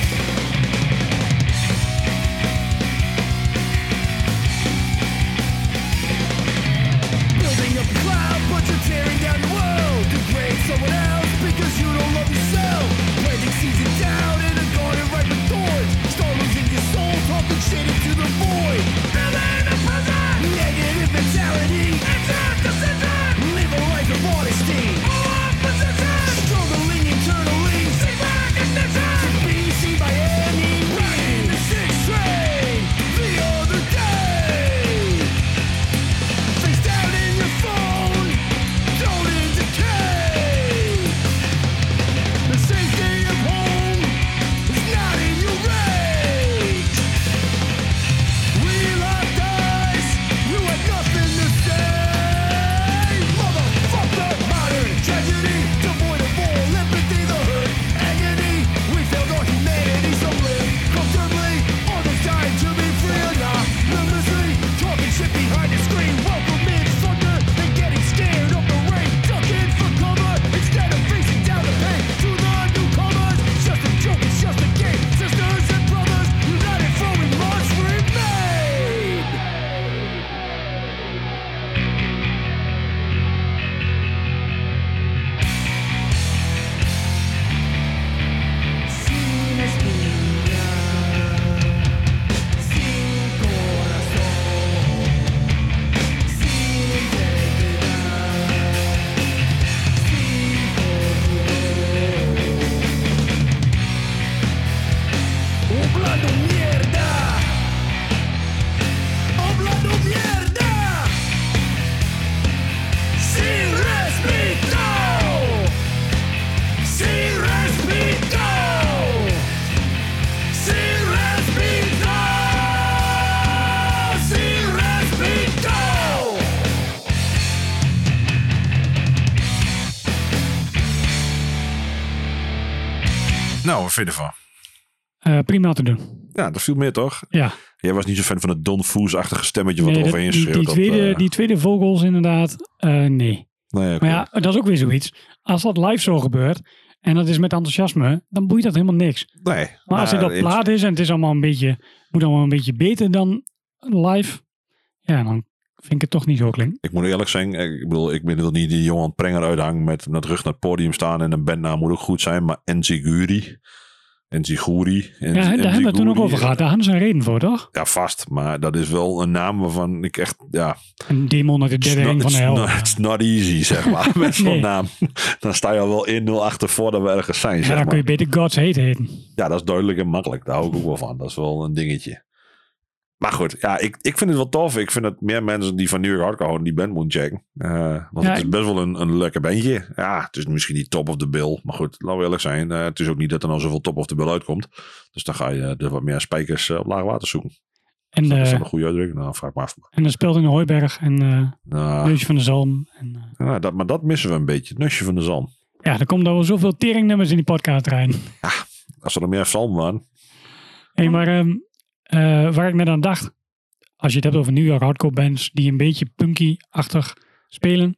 Nou, wat vind je ervan?
Uh, prima te doen.
Ja, dat viel meer toch?
Ja.
Jij was niet zo fan van het Don Foos-achtige stemmetje wat
nee,
er overheen
die,
schreeuwt.
die,
dat,
tweede,
uh...
die tweede vocals inderdaad, uh, nee.
nee okay.
Maar ja, dat is ook weer zoiets. Als dat live zo gebeurt en dat is met enthousiasme, dan boeit dat helemaal niks.
Nee.
Maar als het op plaat is en het is allemaal een beetje, moet allemaal een beetje beter dan live, ja, dan vind ik het toch niet zo klinken.
Ik moet eerlijk zijn, ik bedoel, ik wil niet die Johan Prenger uithangen met met rug naar het podium staan en een bandnaam moet ook goed zijn, maar Enziguri. Enziguri.
Ja, daar hebben we het toen ook over gehad. Daar hadden ze een reden voor, toch?
Ja, vast. Maar dat is wel een naam waarvan ik echt, ja...
Een demon uit de derde ring van de hel.
It's not easy, zeg maar. Met zo'n nee. naam. Dan sta je al wel één nul achter voordat we ergens zijn,
ja,
zeg
dan
maar.
kun je beter God's Hate heten.
Ja, dat is duidelijk en makkelijk. Daar hou ik ook wel van. Dat is wel een dingetje. Maar goed, ja, ik, ik vind het wel tof. Ik vind dat meer mensen die van New York Hardcore houden, die band moeten checken. Uh, want ja, het is best wel een, een lekker bandje. Ja, het is misschien niet top of the bill. Maar goed, laten we eerlijk zijn. Uh, het is ook niet dat er nou zoveel top of the bill uitkomt. Dus dan ga je er wat meer spijkers uh, op laag water zoeken.
En
dus
de,
dat is dat een goede uitdrukking? Nou, vraag maar af.
En dan speelt in de Hooiberg en uh, nou, Neusje van de Zalm. En, uh,
ja, dat, maar dat missen we een beetje. Het Neusje van de Zalm.
Ja, er komt al zoveel teringnummers in die podcast rijden.
Ja, als er nog meer Zalm waren.
Hé, hey, maar um, uh, waar ik net aan dacht. Als je het hebt over New York hardcore bands die een beetje punky-achtig spelen.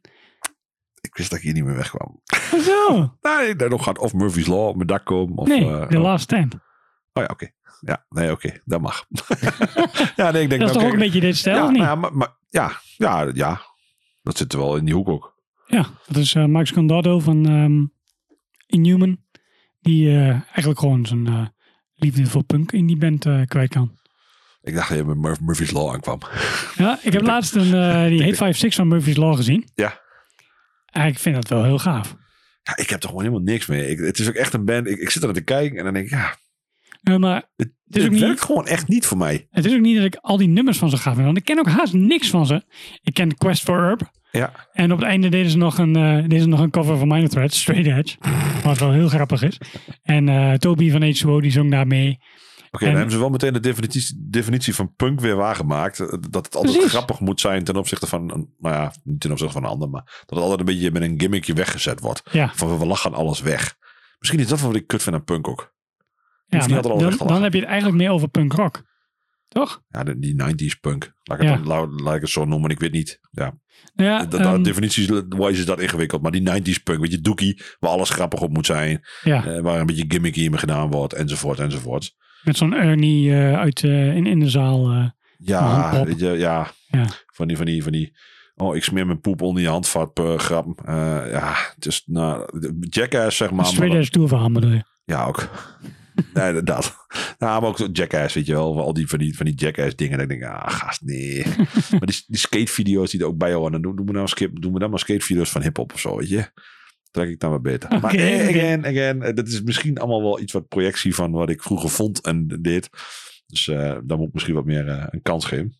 Ik wist dat ik hier niet meer wegkwam.
Zo.
Nee, dan nog gaat of Murphy's Law op mijn dak komen. Of,
nee,
uh,
The Last Stand.
Oh ja, oké. Okay. Ja, nee, oké. Okay. Dat mag. ja, nee, ik denk,
dat is
nou,
toch
kijk,
ook een beetje dit stijl,
ja,
of niet?
Nou ja, maar, maar, ja, ja, ja. Dat zit er wel in die hoek ook.
Ja, dat is uh, Mike Scondado van um, Inhuman. Die uh, eigenlijk gewoon zijn uh, liefde voor punk in die band uh, kwijt kan.
Ik dacht dat je met Mur- Murphy's Law aankwam.
Ja, ik heb ik laatst een, uh, die Hate vijf zes van Murphy's Law gezien.
Ja.
En ik vind dat wel heel gaaf.
Ja, ik heb toch gewoon helemaal niks mee. Ik, het is ook echt een band. Ik, ik zit er te kijken en dan denk ik, ja.
Uh, maar
het
het,
het
is ook
werkt
niet,
gewoon echt niet voor mij.
Het is ook niet dat ik al die nummers van ze gaaf vind. Want ik ken ook haast niks van ze. Ik ken Quest for Herb.
Ja.
En op het einde deden ze nog een, uh, deden ze nog een cover van Minor Threat, Straight Edge. Wat wel heel grappig is. En uh, Toby van H twee O die zong daar mee.
Oké, okay, dan hebben ze wel meteen de definitie, definitie van punk weer waargemaakt. Dat het altijd
Precies.
grappig moet zijn ten opzichte van, een, nou ja, niet ten opzichte van een ander, maar dat het altijd een beetje met een gimmickje weggezet wordt.
Ja.
Van we lachen alles weg. Misschien is dat wat ik kut vind aan punk ook.
Ja, maar dan, dan heb je het eigenlijk meer over punk rock. Toch?
Ja, de, die nineties punk. Laat ik,
ja.
het, laat, laat ik het zo noemen, ik weet niet. Ja.
Ja,
de, de,
um,
definities-wise is dat ingewikkeld. Maar die nineties punk, weet je, Dookie, waar alles grappig op moet zijn.
Ja.
Uh, waar een beetje gimmicky in gedaan wordt, enzovoort, enzovoort.
Met zo'n Ernie uh, uit, uh, in, in de zaal. Uh,
ja, weet je, ja,
ja.
Van die, van die, van die. Oh, ik smeer mijn poep onder je handvat uh, grap. Uh, ja, het is, nou, Jackass, zeg maar.
Straight Edge Tourverhaal bedoel je?
Ja, ook. Nee, dat. Nou, maar ook zo Jackass, weet je wel. Al die van die, van die Jackass dingen. Dan denk ik, ah, gast, nee. Maar die, die skatevideo's die er ook bij horen. Dan doen, doen we nou skip, doen we dan maar skatevideo's van hiphop of zo, weet je. Trek ik dan maar beter. Okay, maar eh, again, okay. again. Dat is misschien allemaal wel iets wat projectie van wat ik vroeger vond en deed. Dus uh, dan moet ik misschien wat meer uh, een kans geven.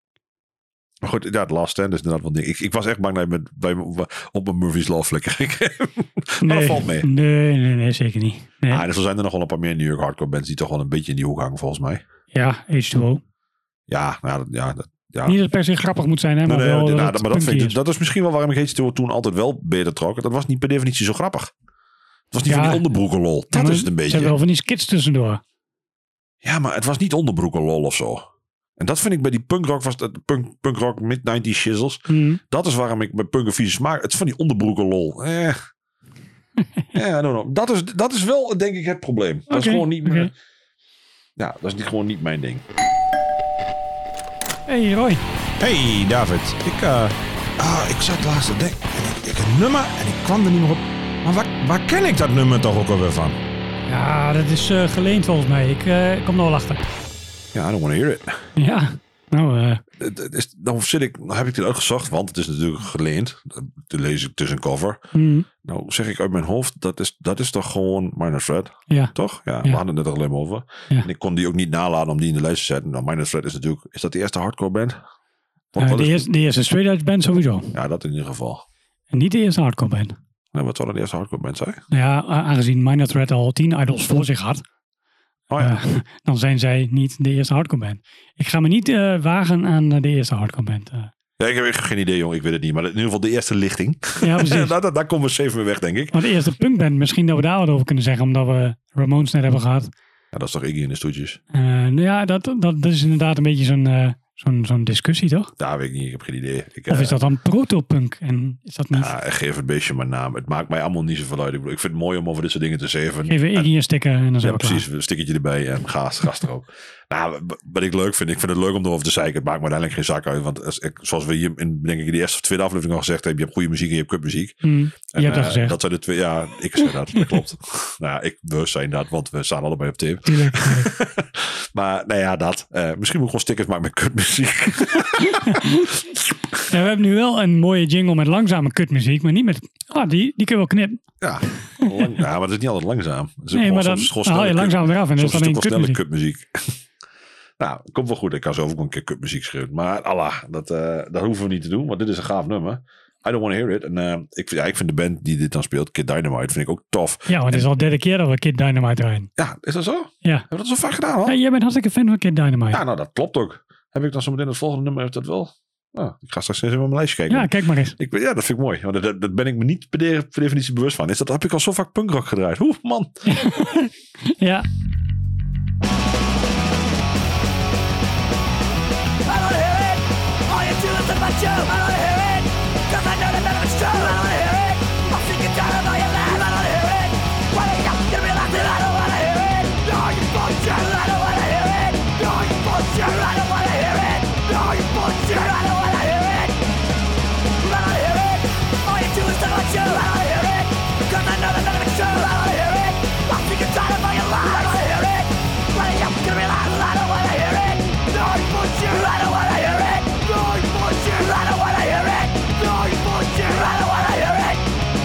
Maar goed, ja, het Last Stand is inderdaad wat ding. Ik, ik was echt bang dat je met, bij, op een Murphy's Law flikker ging. Maar
nee,
dat valt mee.
Nee, nee, nee, zeker niet. Nee.
Ah, dus er zijn er nog wel een paar meer New York hardcore bands die toch wel een beetje in die hoek hangen, volgens mij.
Ja, H twee O.
Ja, nou, dat, ja, dat, ja.
Niet dat het per se grappig moet zijn, hè, maar
nee, nee,
wel
nee,
dat,
nou, maar dat, vind ik,
is.
dat is misschien wel waarom ik H twee O toen altijd wel beter trok. Dat was niet per definitie zo grappig. Het was niet
ja,
van die onderbroeken lol. Dat
ja,
is het een beetje.
Ze hebben wel van die skits tussendoor.
Ja, maar het was niet onderbroeken lol of zo. En dat vind ik bij die punkrock, was dat punk, punkrock mid-nineties shizzles. Mm. Dat is waarom ik bij punk een vieze smaak. Het is van die onderbroeken lol. Eh. Ja, no, no. Dat is, dat is wel, denk ik, het probleem. Dat okay, is gewoon niet okay. mijn, ja, dat is niet, gewoon niet mijn ding.
Hey Roy.
Hey David. Ik, uh, ah, ik zat laatst te denken. Ik, ik een nummer en ik kwam er niet meer op. Maar waar, waar ken ik dat nummer toch ook alweer van?
Ja, dat is uh, geleend volgens mij. Ik uh, kom er wel achter.
Ja, I don't want to hear it.
Ja, nou... Uh...
Het is, dan, zit ik, dan heb ik dit uitgezocht, want het is natuurlijk geleend. Te lezen ik tussen cover.
Mm.
Nou zeg ik uit mijn hoofd, dat is, dat is toch gewoon Minor Threat?
Ja.
Toch? Ja,
ja.
we hadden het net al alleen over.
Ja.
En ik kon die ook niet nalaten om die in de lijst te zetten. Nou, Minor Threat is natuurlijk... Is dat de eerste hardcore band?
Wat, uh, wat de, eerste, de eerste straight edge band sowieso.
Ja, dat in ieder geval.
En niet de eerste hardcore band.
Nee, wat zou dan de eerste hardcore band zijn?
Ja, aangezien Minor Threat al tien idols voor zich had...
Oh ja.
uh, dan zijn zij niet de eerste hardcore band. Ik ga me niet uh, wagen aan uh, de eerste hardcore band. Uh.
Ja, ik heb echt geen idee, jong. Ik weet het niet. Maar in ieder geval de eerste lichting.
Ja, precies.
daar, daar, daar komen we safe mee weg, denk ik.
Maar de eerste punkband, misschien dat we daar wat over kunnen zeggen, omdat we Ramones net hebben gehad.
Ja, dat is toch Iggy in de stoetjes?
Uh, nou ja, dat, dat, dat is inderdaad een beetje zo'n uh, zo'n zo'n discussie, toch?
Ja, weet ik niet. Ik heb geen idee. Ik,
of is
uh,
dat dan protopunk? En is dat niet...
Ja, geef het beestje maar naam. Het maakt mij allemaal niet zoveel uit. Ik, bedoel, ik vind het mooi om over dit soort dingen te zeven.
Geef Iggy een sticker en dan zijn
Ja,
we
precies.
klaar.
Een stickertje erbij en gas, gas erop. Nou, wat ik leuk vind, ik vind het leuk om erover te zeiken. Het maakt me uiteindelijk geen zak uit. Want als ik, zoals we hier in, denk ik, in de eerste of tweede aflevering al gezegd hebben, je hebt goede muziek en je hebt kutmuziek.
Mm, je
en,
hebt dat
uh,
gezegd.
Dat zijn de twee, ja, ik zei dat, dat klopt. Nou ja, ik, we zijn dat, want we staan allebei op tape.
Tuurlijk.
Maar nou ja, dat. Uh, misschien moet ik gewoon stickers maken met kutmuziek.
Ja, we hebben nu wel een mooie jingle met langzame kutmuziek, maar niet met... Ah, die, die kun je wel knippen.
Ja, lang, ja, maar dat is niet altijd langzaam. Het is
Nee,
gewoon
maar dan,
soms gewoon
dan haal je
snelle
langzaam eraf en dan is
Soms
het
is het
alleen
ook wel snelle
kutmuziek.
kutmuziek. Nou, komt wel goed. Ik kan zo ook een keer kutmuziek schrijven. Maar Allah, dat, uh, dat hoeven we niet te doen. Want dit is een gaaf nummer. I don't want to hear it. En uh, ik, ja, ik vind de band die dit dan speelt, Kid Dynamite, vind ik ook tof.
Ja, want het is al de derde keer dat we Kid Dynamite draaien.
Ja, is dat zo?
Ja.
Hebben we dat zo vaak gedaan hoor?
Ja, jij bent hartstikke fan van Kid Dynamite.
Ja, nou dat klopt ook. Heb ik dan zo meteen het volgende nummer, heeft dat wel? Nou, ik ga straks eens even op mijn lijstje kijken.
Ja, kijk maar eens.
Ik, ja, dat vind ik mooi. Want dat, dat ben ik me niet per, de, per definitie bewust van. Is dat, heb ik al zo vaak punkrock gedraaid. Oeh, man.
Ja.
I don't hear it. All you do is about you. I don't hear it. Cause I know that none of it's true. I don't hear it. I'm sick and tired of all your lies. I don't hear it. Why do you have to realize that I don't wanna hear it? No, you bullshit. I don't wanna hear it. No, you bullshit. I don't wanna hear it. No, you bullshit. I don't wanna hear it. I don't hear it. All you do is about you. I don't hear it. Cause I know that none of it's true. I don't hear it. I'm sick and tired of all your lies. I don't hear it. Why do you have to realize that I don't wanna hear it? No, you bullshit. I don't wanna hear it. No, you bullshit. I don't wanna hear it. No, you bullshit. I don't wanna hear it.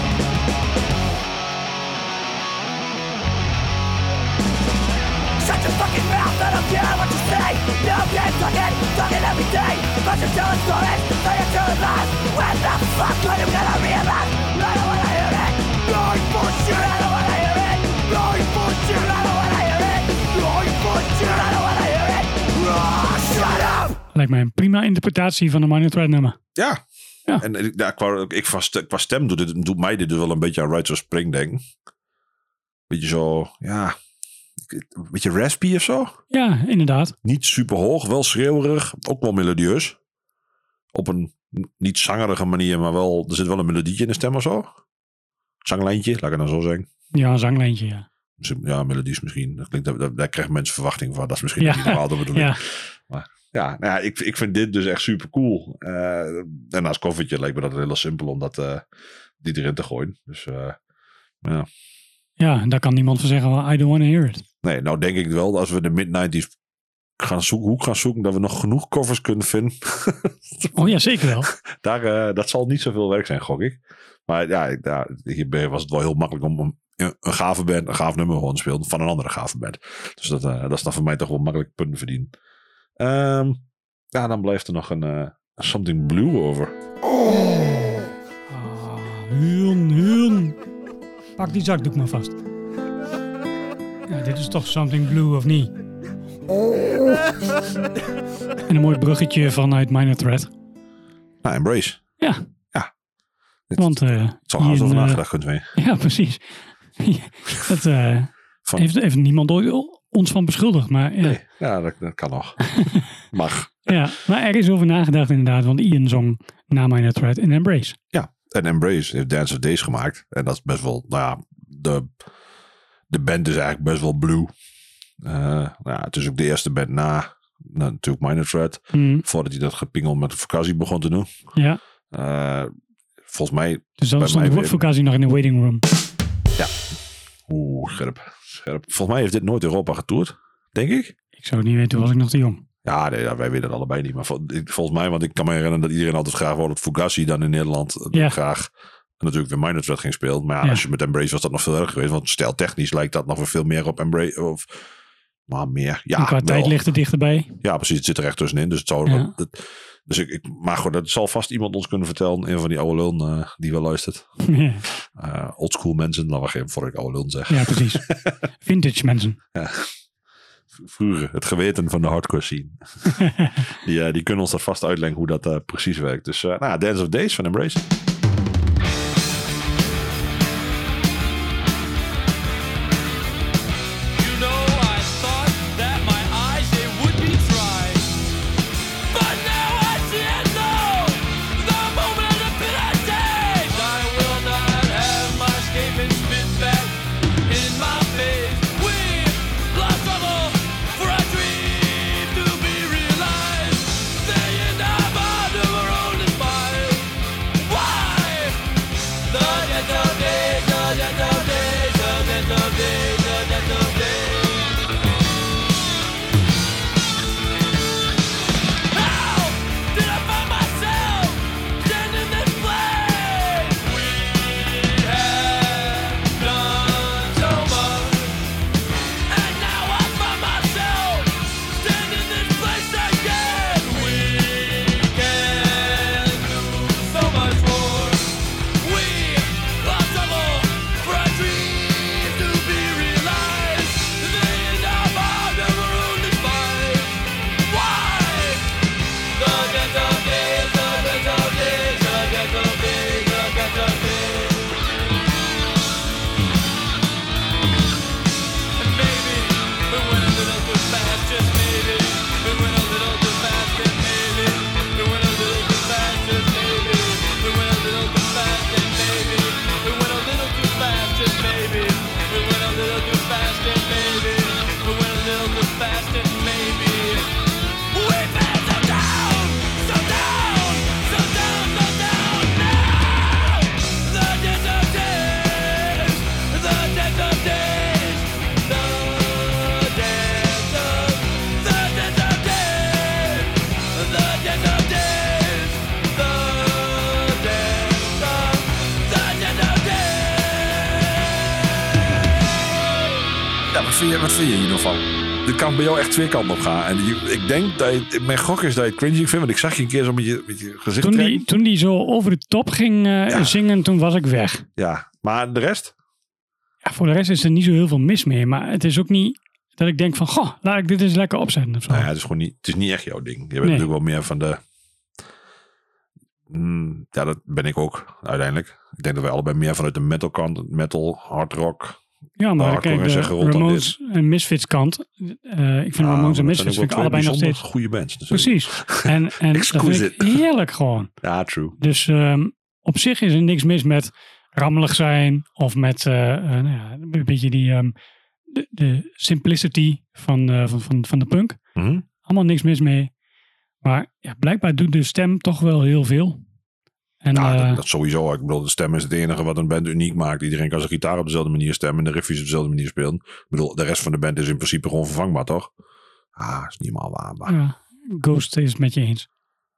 Shut your fucking mouth. I don't care what you say. No game talking, talking every day. But you're telling stories, so you're telling lies. When the fuck are you gonna realize? I don't wanna hear it. No, you bullshit. I don't wanna hear it. No, you bullshit. I don't wanna hear it. No, you bullshit. I don't wanna hear it. Oh, shut up.
Lijkt mij een prima interpretatie van een Minor Threat nummer.
Ja.
Ja.
En ik, ja, qua, ik, qua, stem, qua stem doet, dit, doet mij dit dus wel een beetje aan Rides of Spring denken. Beetje zo, ja... Een beetje raspy of zo.
Ja, inderdaad.
Niet super hoog, wel schreeuwerig. Ook wel melodieus. Op een niet zangerige manier, maar wel... Er zit wel een melodietje in de stem of zo. Zanglijntje, laat ik het dan zo zeggen.
Ja, een zanglijntje, ja.
Ja, melodies misschien. Dat klinkt, daar, daar krijgen mensen verwachting van. Dat is misschien
Ja.
niet normaal de bedoeling.
Ja.
Maar ja, nou ja ik, ik vind dit dus echt super cool. Uh, en als koffertje lijkt me dat heel simpel om dat, uh, die erin te gooien. Dus uh, ja.
Ja, daar kan niemand van zeggen, well, I don't want to hear it.
Nee, nou denk ik wel, als we de mid-nineties gaan zoeken, hoe gaan zoeken, dat we nog genoeg covers kunnen vinden.
Oh ja, zeker wel.
Daar, uh, dat zal niet zoveel werk zijn, gok ik. Maar ja, ik, daar, hierbij was het wel heel makkelijk om een, een gave band, een gaaf nummer gewoon te spelen van een andere gave band. Dus dat, uh, dat is dan voor mij toch wel makkelijk punten verdienen. Um, ja, dan blijft er nog een uh, Something Blue over.
Oh. Ah, Huun, Huun. Pak die zakdoek maar vast. Ja, dit is toch Something Blue, of niet? En een mooi bruggetje vanuit Minor Threat.
Nou, Embrace.
Ja.
Ja.
Want, uh,
het zal haast over nagedacht kunnen zijn.
Ja, precies. dat uh, van... heeft, heeft niemand ons van beschuldigd. Maar, ja.
Nee, ja, dat, dat kan nog. Mag.
Ja, maar er is over nagedacht inderdaad. Want Ian zong na Minor Threat in Embrace.
Ja, en Embrace heeft Dance of Days gemaakt. En dat is best wel, nou ja, de, de band is eigenlijk best wel blue. Uh, nou ja, het is ook de eerste band na, na natuurlijk Minor Threat.
Mm.
Voordat hij dat gepingel met vakantie begon te doen.
Ja.
Uh, volgens mij...
Dus dan stond de vakantie nog in de waiting room.
Ja. Oeh, scherp. scherp. Volgens mij heeft dit nooit Europa getoerd, denk ik.
Ik zou het niet weten, was ik nog te jong.
Ja, nee, ja, wij weten het allebei niet. Maar vol, volgens mij, want ik kan me herinneren dat iedereen altijd graag wou dat Fugazi dan in Nederland
ja.
graag natuurlijk weer Minor Threat ging spelen. Maar ja, ja. als je met Embrace was dat nog veel erger geweest. Want stijltechnisch lijkt dat nog weer veel meer op Embrace. Of, maar meer. Ja,
en qua tijd ligt er dichterbij.
Ja, precies. Het zit er echt tussenin. Dus het zou... Ja. Het, dus ik, ik, maar goed, dat zal vast iemand ons kunnen vertellen. Een van die oude lullen uh, die wel luistert. Ja. Uh, oldschool mensen. Laten we geen voor ik oude lullen zeg.
Ja, precies. Vintage mensen.
Ja. vroeger het geweten van de hardcore scene. die, uh, die kunnen ons dat vast uitleggen hoe dat uh, precies werkt. Dus uh, nou, Dance of Days van Embrace. Wat vind je hier nog van? Dit kan bij jou echt twee kanten op gaan. En je, ik denk dat je, mijn gok is dat je het cringy vindt. Want ik zag je een keer zo met je, met je gezicht
toen
trekken.
die, toen die zo over de top ging uh, ja. zingen, toen was ik weg.
Ja, maar de rest?
Ja, voor de rest is er niet zo heel veel mis mee. Maar het is ook niet dat ik denk van, goh, laat ik dit eens lekker opzetten. Of zo.
Nou ja, het is gewoon niet, het is niet echt jouw ding. Je bent
nee.
natuurlijk wel meer van de... Mm, ja, dat ben ik ook uiteindelijk. Ik denk dat wij allebei meer vanuit de metal kant, metal, hard rock...
Ja, maar
nou,
kijk, de Ramones en Misfits kant. Uh, ik vind
ah,
Ramones en Misfits vind ik allebei nog steeds...
goede bands. Dus
precies. En, en dat vind ik heerlijk gewoon.
Ja, true.
Dus um, op zich is er niks mis met rammelig zijn. Of met uh, uh, nou ja, een beetje die um, de, de simplicity van, uh, van, van, van de punk.
Mm-hmm.
Allemaal niks mis mee. Maar ja, blijkbaar doet de stem toch wel heel veel. En,
nou,
uh,
dat, dat sowieso. Ik bedoel, de stem is het enige wat een band uniek maakt. Iedereen kan zijn gitaar op dezelfde manier stemmen en de riffjes op dezelfde manier spelen. Ik bedoel, de rest van de band is in principe gewoon vervangbaar, toch? Ah, is niet helemaal waar. Maar...
Ja, Ghost is het met je eens.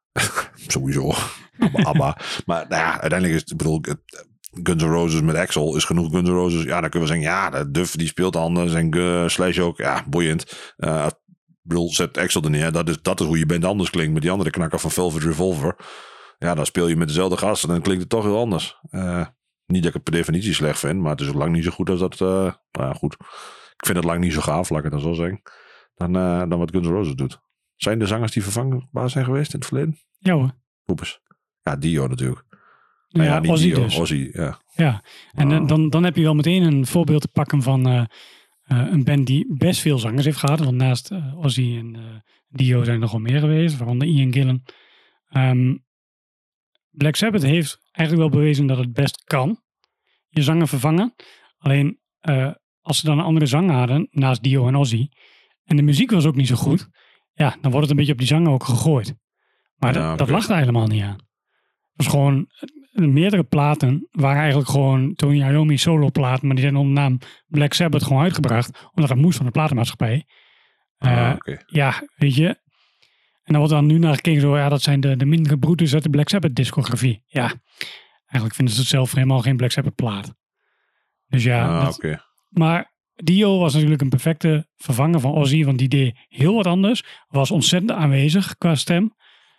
Sowieso. Abba, abba. Maar nou ja, uiteindelijk is het, ik bedoel, het, Guns N' Roses met Axl is genoeg Guns N' Roses. Ja, dan kunnen we zeggen, ja, de Duff die speelt anders en uh, Slash ook. Ja, boeiend. Uh, ik bedoel, zet Axl er neer. Dat is, dat is hoe je band anders klinkt met die andere knakker van Velvet Revolver. Ja, dan speel je met dezelfde gasten en dan klinkt het toch heel anders. Uh, niet dat ik het per definitie slecht vind, maar het is ook lang niet zo goed als dat... Uh, nou ja, goed. Ik vind het lang niet zo gaaf, laat ik het dan zo zeggen, dan, uh, dan wat Guns N' Roses doet. Zijn de zangers die vervangbaar zijn geweest in het verleden?
Ja hoor.
Poepers. Ja, Dio natuurlijk.
Nou
ja,
ja,
niet
Ozzy
Dio,
dus.
Ozzy, ja.
Ja, en
uh,
dan, dan heb je wel meteen een voorbeeld te pakken van uh, uh, een band die best veel zangers heeft gehad. Want naast uh, Ozzy en uh, Dio zijn er nog wel meer geweest, waaronder Ian Gillan. Um, Black Sabbath heeft eigenlijk wel bewezen dat het best kan. Je zanger vervangen. Alleen uh, als ze dan een andere zanger hadden, naast Dio en Ozzy, en de muziek was ook niet zo goed, ja, dan wordt het een beetje op die zanger ook gegooid. Maar
ja,
dat,
okay.
dat lag er helemaal niet aan. Het was gewoon, meerdere platen waren eigenlijk gewoon Tony Iommi solo platen, maar die zijn onder de naam Black Sabbath gewoon uitgebracht, omdat het moest van de platenmaatschappij. Uh,
ah, okay.
Ja, weet je. En dan wordt dan nu naar gekeken, zo, ja, dat zijn de, de mindere broeders uit de Black Sabbath discografie. Ja, eigenlijk vinden ze het zelf helemaal geen Black Sabbath plaat. Dus ja.
Ah,
dat,
okay.
Maar Dio was natuurlijk een perfecte vervanger van Ozzy, want die deed heel wat anders. Was ontzettend aanwezig qua stem.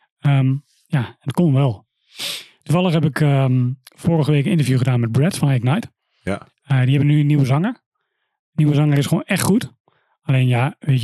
Um, ja, het kon wel. Toevallig heb ik um, vorige week een interview gedaan met Brad van Ignite.
Ja.
Uh, die hebben nu een nieuwe zanger. De nieuwe zanger is gewoon echt goed. Alleen ja, weet je,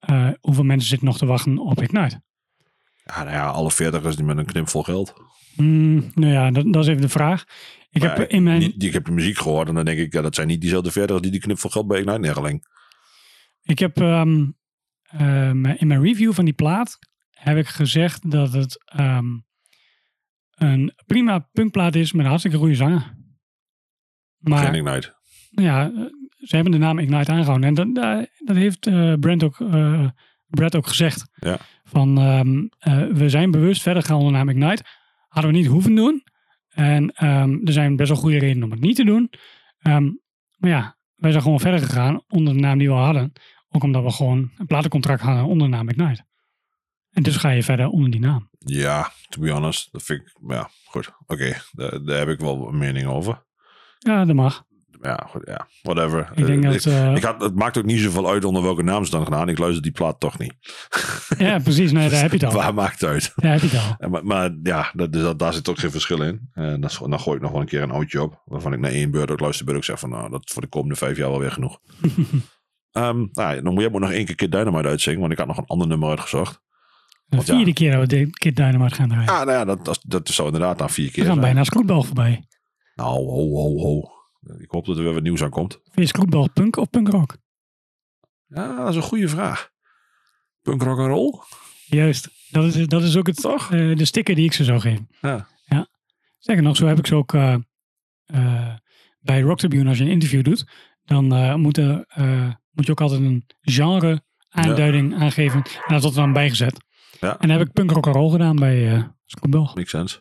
uh, hoeveel mensen zitten nog te wachten op Ignite?
Ja, nou ja, alle veertigers die met een knip vol geld.
Mm, nou ja, dat, dat is even de vraag. Ik
Maar
heb in mijn...
Die, die, ik heb de muziek gehoord en dan denk ik, ja, dat zijn niet diezelfde veertigers die die knip vol geld bij Ignite neerleggen.
Ik heb um, um, in mijn review van die plaat heb ik gezegd dat het um, een prima punkplaat is met een hartstikke goede zanger. Maar
Geen Ignite.
ja, ze hebben de naam Ignite aangehouden. En dat, dat, dat heeft uh, Brent ook, uh, Brad ook gezegd.
Ja.
Van um, uh, we zijn bewust verder gegaan onder de naam Ignite. Hadden we niet hoeven doen. En um, er zijn best wel goede redenen om het niet te doen. Um, maar ja, wij zijn gewoon verder gegaan onder de naam die we al hadden. Ook omdat we gewoon een platencontract hadden onder de naam Ignite. En dus ga je verder onder die naam.
Ja, to be honest. Dat vind ik, ja, goed. Oké, okay, daar, daar heb ik wel een mening over.
Ja, dat mag.
Ja, goed, ja, whatever.
Ik denk
uh,
dat... Uh,
ik, ik had, het maakt ook niet zoveel uit onder welke naam ze dan gedaan. Ik luister die plaat toch niet.
Ja, precies. Nee, daar heb je het al.
Waar maakt het uit?
Daar heb je het al.
Ja, maar, maar ja, dat, dat, daar zit ook geen verschil in. En dan, dan gooi ik nog wel een keer een oudje op. Waarvan ik na één beurt ook luisterbeurt ook zeg van... Nou, dat is voor de komende vijf jaar wel weer genoeg. um, nou, dan moet je nog één keer Kid Dynamite uitzingen. Want ik had nog een ander nummer uitgezocht.
De
Want,
vierde
ja.
keer dat we Kid Dynamite gaan draaien.
Ah, nou ja, dat, dat, dat zou inderdaad dan vier keer
we gaan
zijn.
bijna Scrootball voorbij.
Nou, ho, ho, ho. Ik hoop dat er weer wat nieuws aan komt.
Vind je Scrootball punk of punk rock?
Ja, dat is een goede vraag. Punk rock and roll?
Juist. Dat is, dat is ook het, uh, de sticker die ik ze zou geven.
Ja.
Ja. Zeker nog, zo heb ik ze ook uh, uh, bij Rock Tribune. Als je een interview doet, dan uh, moet, er, uh, moet je ook altijd een genre aanduiding ja. aangeven. En dat wordt er dan bijgezet.
Ja.
En dan heb ik punk rock and roll gedaan bij uh, Scrootball.
Makes sense.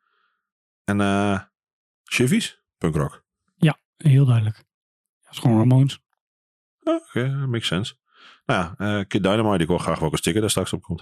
En uh, Chivies? Punk rock?
Ja, heel duidelijk. Dat is gewoon Ramones.
Oké, okay, makes sense. Nou ja, uh, Kid Dynamite, ik wil graag welke sticker daar straks op komt.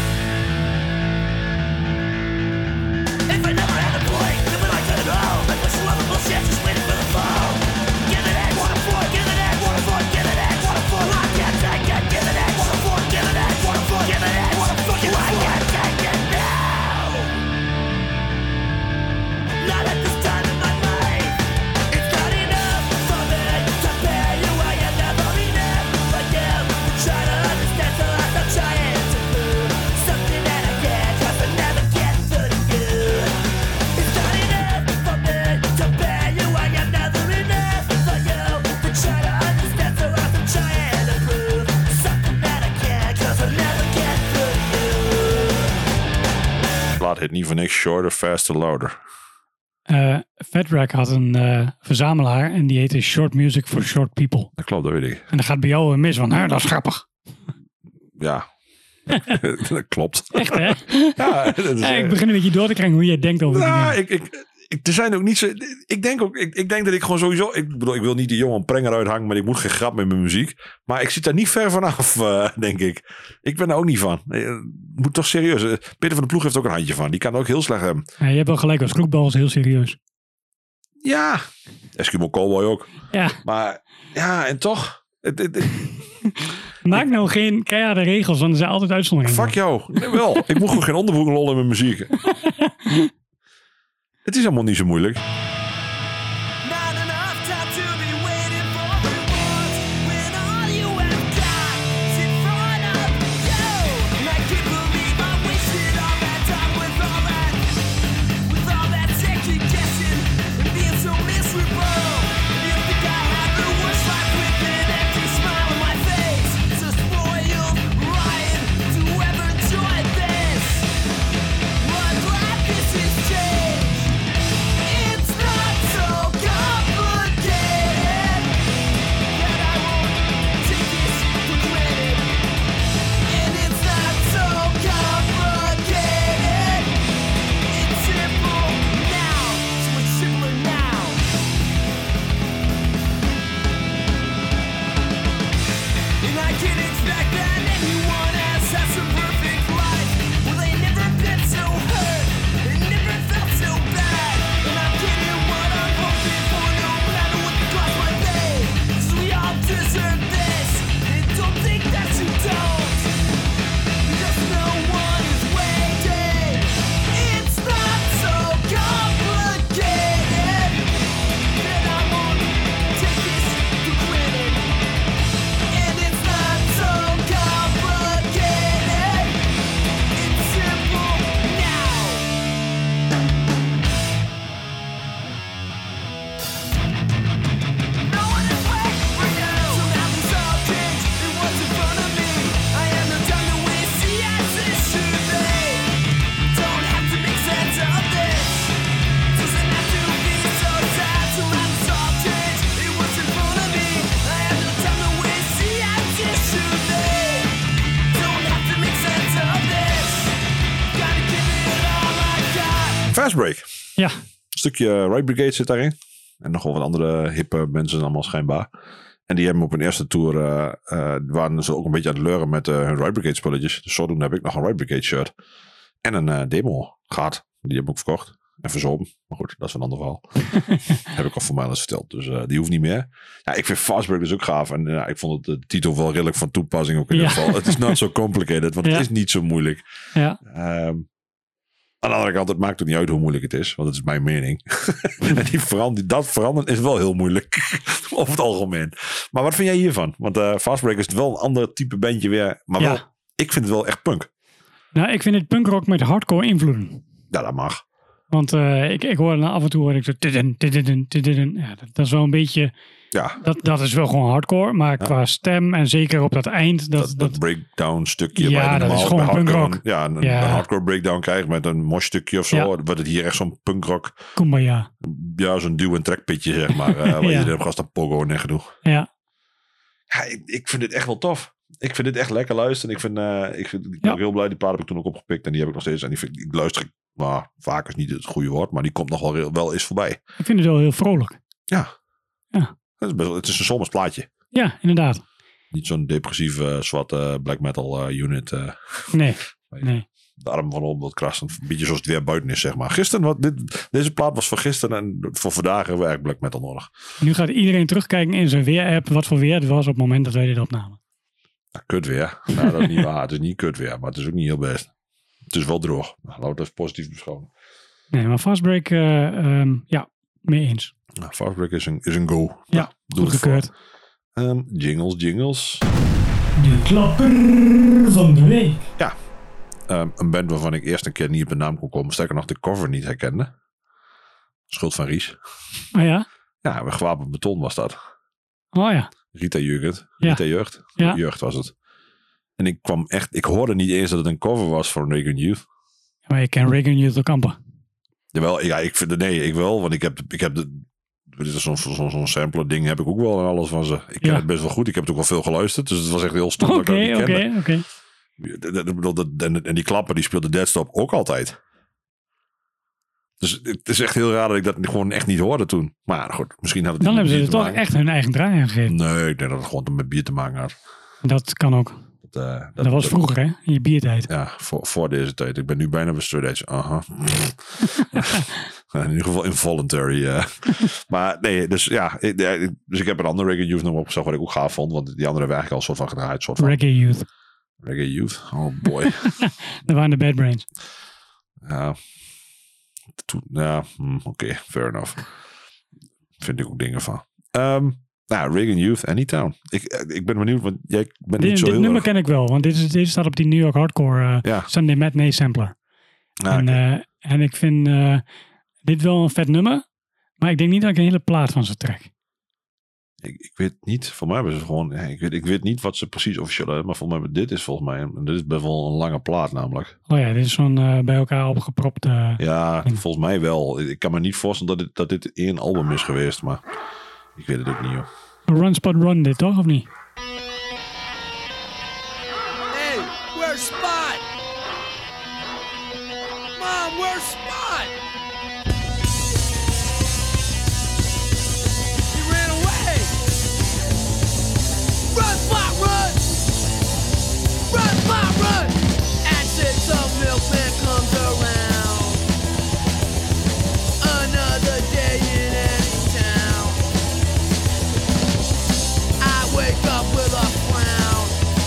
Het niet voor niks shorter, faster, louder.
Uh, Fat Wreck had een uh, verzamelaar en die heette Short Music for Short People.
Dat klopt, dat weet ik.
En dat gaat bij jou mis, want nou, dat is grappig.
Ja, dat klopt.
Echt hè?
Ja, dat is,
ja, ik begin een beetje door te krijgen hoe jij denkt over
nou,
die
ik, ik, ik, er zijn ook niet zo... Ik denk ook, ik, ik denk dat ik gewoon sowieso... Ik bedoel, ik wil niet die jongen Prenger uithangen, maar ik moet geen grap met mijn muziek. Maar ik zit daar niet ver vanaf, uh, denk ik. Ik ben er ook niet van. Ik moet toch serieus. Peter van de Ploeg heeft ook een handje van. Die kan ook heel slecht hebben.
Ja, je hebt wel gelijk, als Scrootball is heel serieus.
Ja. Eskimo Cowboy ook.
Ja.
Maar ja, en toch... Het, het, het,
Maak nou geen keiharde regels, want er zijn altijd uitzonderingen.
Fuck jou. Nee, wel. Ik moet gewoon geen onderbroek lollen in mijn muziek. Het is allemaal niet zo moeilijk.
It's not
Fastbreak.
Ja.
Een stukje Right Brigade zit daarin. En nog wel wat andere hippe mensen allemaal schijnbaar. En die hebben op hun eerste tour... Uh, uh, waren ze ook een beetje aan het leuren met uh, hun Right Brigade spulletjes. Dus zodoende heb ik nog een Right Brigade shirt. En een uh, demo gehad. Die heb ik ook verkocht. En verzopen. Maar goed, dat is een ander verhaal. Heb ik al voor mij al eens verteld. Dus uh, die hoeft niet meer. Ja, ik vind Fastbreak dus ook gaaf. En uh, ik vond het, de titel wel redelijk van toepassing ook in
ja.
dit geval. Het is not so complicated. Want ja. het is niet zo moeilijk.
Ja.
Um, aan de andere kant, het maakt ook niet uit hoe moeilijk het is. Want het is mijn mening. en die verand- dat veranderen is wel heel moeilijk. Over het algemeen. Maar wat vind jij hiervan? Want uh, Fastbreak is wel een ander type bandje weer. Maar wel, ja. ik vind het wel echt punk.
Nou, ik vind het punkrock met hardcore invloeden.
Ja, dat mag.
Want uh, ik, ik hoor af en toe hoor ik zo... Tidden, tidden, tidden. Ja, dat, dat is wel een beetje...
Ja.
Dat, dat is wel gewoon hardcore. Maar ja. qua stem en zeker op dat eind... Dat,
dat, dat, dat breakdown stukje.
Ja, dat is gewoon punkrock.
Een, ja, een,
ja.
een hardcore breakdown krijgt met een mosh stukje of zo. Ja. Wordt het hier echt zo'n punkrock.
Kumbaya.
Ja, zo'n duw- en trekpitje zeg maar. uh, waar ja. iedereen op gast een pogo en gedoe.
Ja.
Ja, ik, ik vind dit echt wel tof. Ik vind dit echt lekker luisteren. Ik, vind, uh, ik, vind, ik ben ja. ook heel blij. Die plaat heb ik toen ook opgepikt. En die heb ik nog steeds. En die vind, ik luister... Maar vaak is niet het goede woord. Maar die komt nog wel, wel eens voorbij.
Ik vind het wel heel vrolijk.
Ja.
Ja.
Het is, best, het is een zomers plaatje.
Ja, inderdaad.
Niet zo'n depressieve, zwarte black metal uh, unit. Uh,
nee, nee.
De arm van op wat krassen. Een beetje zoals het weer buiten is, zeg maar. Gisteren, wat, dit, deze plaat was voor gisteren. En voor vandaag hebben we eigenlijk black metal nodig.
Nu gaat iedereen terugkijken in zijn weer-app. Wat voor weer het was op het moment dat wij dit opnamen.
Ja, kut weer. Nou, dat is niet waar. Het is niet kut weer. Maar het is ook niet heel best. Het is wel droog. Laten we het even positief beschouwen.
Nee, maar Fastbreak, uh, um, ja, mee eens.
Nou, Fastbreak is een, is een go.
Ja,
doe het
gekeurd.
Um, jingles, jingles.
De klapper van de week.
Ja, um, een band waarvan ik eerst een keer niet op de naam kon komen. Sterker nog, de cover niet herkende. Schuld van Ries.
Oh ja?
Ja, met gewapend beton was dat.
Oh ja.
Rita Jugend.
Ja.
Rita Jeugd.
Ja.
Jeugd was het. En ik kwam echt, ik hoorde niet eens dat het een cover was van Reagan Youth.
Maar je kent Reagan Youth ook amper.
Jawel, ja, ik vind het, nee, ik wel, want ik heb, ik heb de, dit is zo'n, zo'n, zo'n sampler ding heb ik ook wel en alles van ze. Ik ken
ja.
het best wel goed, ik heb het ook wel veel geluisterd, dus het was echt heel stom
Oké,
dat ik dat niet kende.
Oké,
oké, oké. En die klappen, die speelde Deadstop ook altijd. Dus het is echt heel raar dat ik dat gewoon echt niet hoorde toen. Maar goed, misschien had het...
Dan hebben ze er toch maken. echt hun eigen draai aan gegeven.
Nee, ik denk dat het gewoon met bier te maken had.
Dat kan ook. Dat, uh, dat, dat was dat, vroeger, hè? In je biertijd.
Ja, voor, voor deze tijd. Ik ben nu bijna bij straight edge. Aha. In ieder geval involuntary. Uh. Maar nee, dus ja. Ik, dus ik heb een andere Reggae Youth nummer opgezet wat ik ook gaaf vond. Want die andere hebben eigenlijk al een soort van gedraaid. Soort van.
Reggae Youth.
Reggae Youth? Oh boy.
Dat waren de Bad Brains.
Ja. Toen, ja, hm, oké. Okay, fair enough. Vind ik ook dingen van. Um, Nou, Reagan Youth, Anytown. Ik, ik ben benieuwd, want jij bent niet
dit,
zo
dit
heel
nummer
erg...
ken ik wel, want dit, is, dit staat op die New York Hardcore uh,
ja.
Sunday Matinee sampler.
Ah,
en,
okay.
uh, en ik vind uh, dit wel een vet nummer, maar ik denk niet dat ik een hele plaat van ze trek.
Ik, ik weet niet, voor mij hebben ze gewoon... Ik weet, ik weet niet wat ze precies officieel hebben, maar volgens mij, dit is volgens mij... Dit is best wel een lange plaat namelijk.
Oh ja, dit is zo'n uh, bij elkaar opgepropt... Uh,
ja,
ding.
Volgens mij wel. Ik kan me niet voorstellen dat dit, dat dit één album is geweest, maar ik weet het ook niet, joh.
Run Spot Run dit, toch? Of niet?
Hey, where's Spot? Mom, where's Spot? He ran away. Run, Spot, run! Run, Spot, run! And six of milkman comes around. Another day in any town. I wake up with a frown.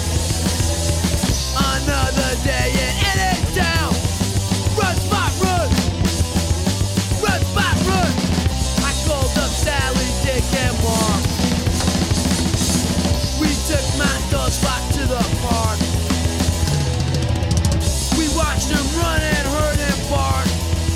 Another day in any town. Run, Spot, run! Run, Spot, run! I called up Sally, Dick, and Mark. We took my dog Spot to the park. We watched him run and heard him bark.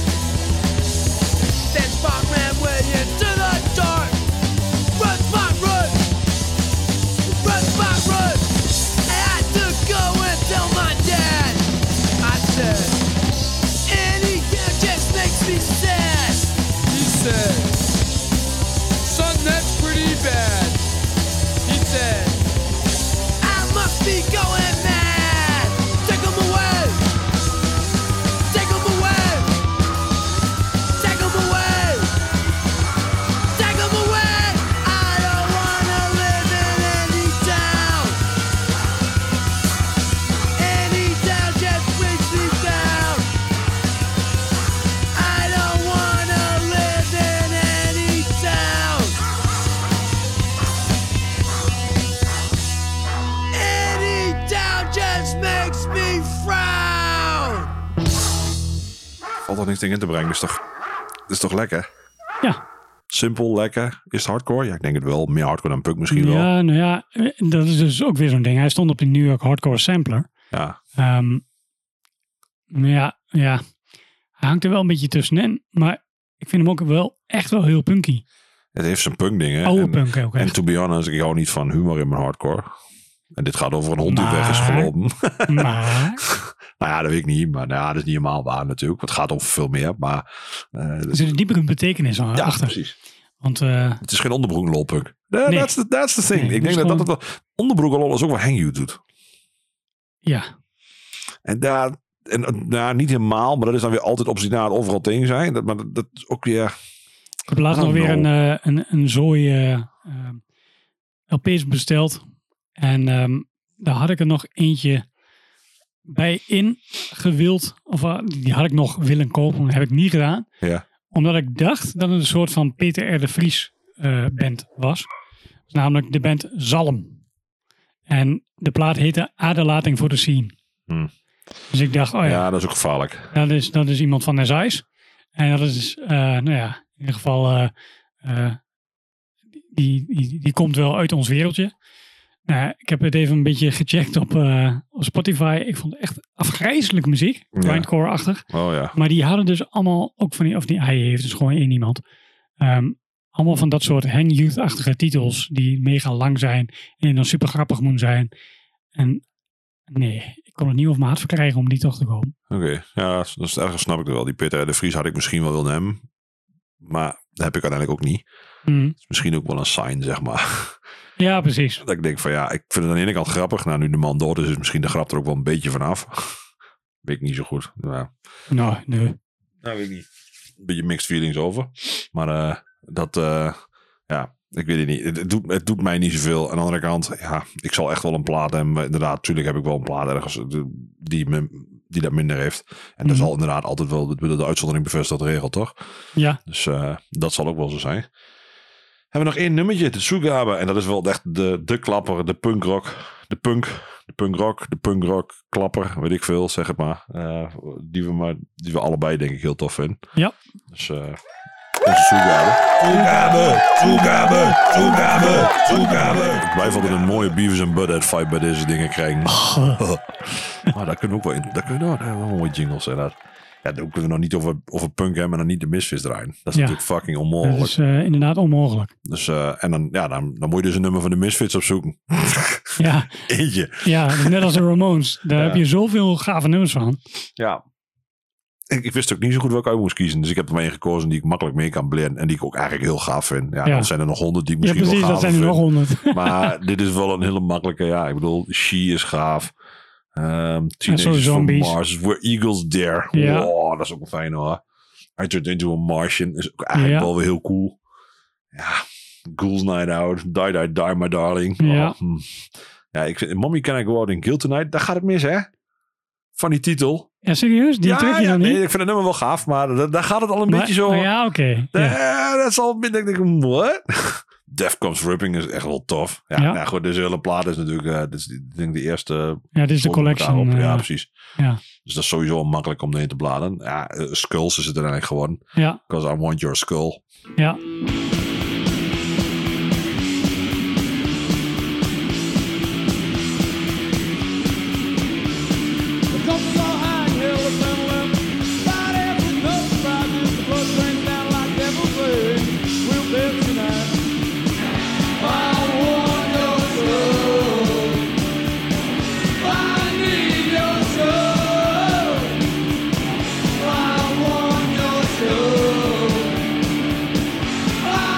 Then Spot ran way into the dark. Run, Spot, run! Run, Spot, run! I had to go and tell my dad. I said, any game just makes me sad. He said, son, that's pretty bad. He said, I must be going mad. Take him away. Take him away.
niks tegen in te brengen. Is toch, is toch lekker?
Ja.
Simpel, lekker. Is het hardcore? Ja, ik denk het wel. Meer hardcore dan punk misschien wel.
Ja, nou ja, dat is dus ook weer zo'n ding. Hij stond op de New York Hardcore Sampler.
Ja.
Um, ja, ja. Hij hangt er wel een beetje tussenin. Maar ik vind hem ook wel echt wel heel punky.
Het heeft zijn punk dingen.
Oude
en,
punk ook
En
echt.
to be honest, ik hou niet van humor in mijn hardcore. En dit gaat over een hond die
Maar-
weg is gelopen.
Maar,
Nou ja, dat weet ik niet. Maar nou ja, dat is niet helemaal waar natuurlijk. Want het gaat over veel meer. Maar uh,
er zit een diepere betekenis aan
ja,
achter.
precies.
Want uh,
Het is geen onderbroek lolpunk. Yeah,
Nee.
That's, the, that's the thing.
Nee,
ik
het
denk
is
dat dat het wel... Onderbroek lol is ook wat Hang You doet.
ja,
En daar... En, uh, nou, niet helemaal. Maar dat is dan weer altijd obstinaat overal tegen zijn. Dat, maar dat, dat is ook weer...
ik heb laatst
I
nog
don't
weer een,
know.
uh, een, een zooi uh, uh, L P's besteld. En um, daar had ik er nog eentje bij ingewild. Of uh, die had ik nog willen kopen. Dat heb ik niet gedaan.
Ja.
Omdat ik dacht dat het een soort van Peter R. de Vries uh, band was. Namelijk de band Zalm. En de plaat heette Aderlating voor de Scene.
Hmm.
Dus ik dacht, oh ja,
Ja, dat is ook gevaarlijk.
dat, is, dat is iemand van Nes Ice. En dat is, uh, nou ja, in ieder geval, uh, uh, die, die, die komt wel uit ons wereldje. Nou, ik heb het even een beetje gecheckt op, uh, op Spotify. Ik vond het echt afgrijzelijke muziek.
Ja.
Grindcore-achtig.
Oh ja.
Maar die hadden dus allemaal ook van die, of die, hij heeft dus gewoon één iemand. Um, allemaal van dat soort Hang Youth-achtige titels die mega lang zijn en die dan super grappig moeten zijn. En nee, ik kon het niet over mijn hart verkrijgen om die toch te komen.
Oké. Okay. Ja, dus ergens snap ik het wel. Die Peter R. de Vries had ik misschien wel willen hebben. Maar dat heb ik uiteindelijk ook niet.
Mm.
Dat is misschien ook wel een sign, zeg maar.
Ja, precies.
Dat ik denk van ja, ik vind het aan de ene kant grappig. Nou, nu de man dood is, is misschien de grap er ook wel een beetje vanaf. Weet ik niet zo goed. Nou,
Nou, nee.
nou weet ik niet. Een beetje mixed feelings over. Maar uh, dat, uh, ja, ik weet het niet. Het, het, doet, het doet mij niet zoveel. Aan de andere kant, ja, ik zal echt wel een plaat hebben. Maar inderdaad, natuurlijk heb ik wel een plaat ergens die, me, die dat minder heeft. En mm. dat zal inderdaad altijd wel de, de uitzondering bevestigt de regel, toch?
Ja.
Dus uh, dat zal ook wel zo zijn. Hebben we nog één nummertje, de Tsugabe. En dat is wel echt de, de klapper, de punkrock. De punk, de punkrock, de punkrock klapper, weet ik veel, zeg het maar. Uh, die, we maar die we allebei denk ik heel tof vinden.
Ja.
Dus uh, onze Tsugabe.
Toegabe, toegabe, toegabe, toegabe.
Ik blijf altijd een mooie Beavis and Butthead fight bij deze dingen krijgen. Maar daar kunnen we ook wel in. Daar kunnen we wel mooie jingles zijn. Dat. Ja, dan kunnen we nog niet over, over punk hebben en dan niet de Misfits draaien. Dat is
ja.
natuurlijk fucking onmogelijk.
Dat is uh, inderdaad onmogelijk.
Dus, uh, en dan, ja, dan, dan moet je dus een nummer van de Misfits opzoeken.
Ja.
Eentje.
Ja, net als de Ramones. Daar
Ja.
heb je zoveel gave nummers van.
Ja. Ik, ik wist ook niet zo goed welke uit moest kiezen. Dus ik heb er maar één gekozen die ik makkelijk mee kan blenden. En die ik ook eigenlijk heel gaaf vind. Ja,
Ja.
dan zijn er nog honderd die ik
Ja,
misschien
precies.
wel
Dat
gaaf
zijn er nog
vind.
honderd.
Maar dit is wel een hele makkelijke. Ja, ik bedoel, She is gaaf. Um,
Sorry,
Teenagers from
Zombies.
Mars. Were Eagles There.
Ja.
Wow, dat is ook wel fijn hoor. I Turned Into a Martian. Is ook eigenlijk
Ja.
wel weer heel cool. Ja. Ghouls Night Out. Die, Die, Die, My Darling.
Ja.
Oh, hm. Ja, ik vind Mommy Can I Go Out in Guilt Tonight. Daar gaat het mis, hè? Van die titel.
Ja, serieus? Die
ja,
trek je
ja,
dan niet?
nee, ik vind het nummer wel gaaf, maar da- daar gaat het al een
Maar-
beetje zo.
maar ja, oké. Okay. Ja.
Eh, dat is al een beetje, denk ik, what? Death Comes Ripping is echt wel tof. Ja,
Ja.
ja. goed, deze hele plaat is natuurlijk, uh, dit is, ik denk de eerste.
Ja, dit is de
volgende
collection.
daarop. Ja,
uh,
precies.
ja.
Dus dat is sowieso makkelijk om erin te bladeren. Ja, uh, Skulls is het uiteindelijk geworden.
Ja,
Because I Want Your Skull.
ja.
I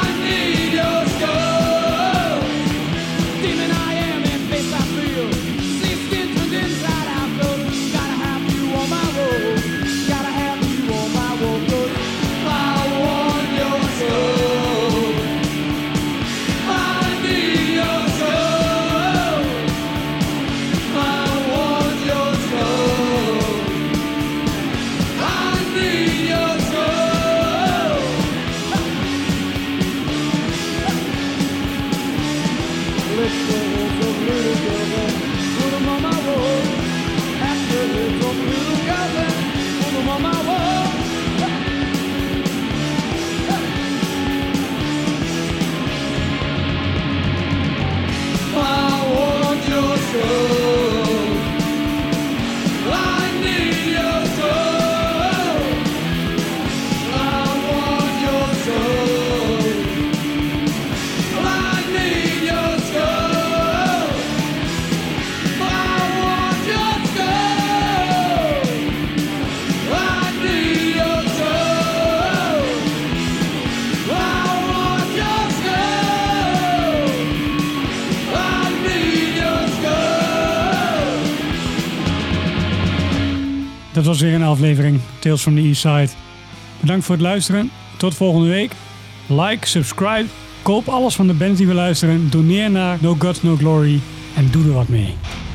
Dat was weer een aflevering Tales from the East Side. Bedankt voor het luisteren. Tot volgende week. Like, subscribe, koop alles van de bands die we luisteren. Doneer naar No Gods, No Glory en doe er wat mee.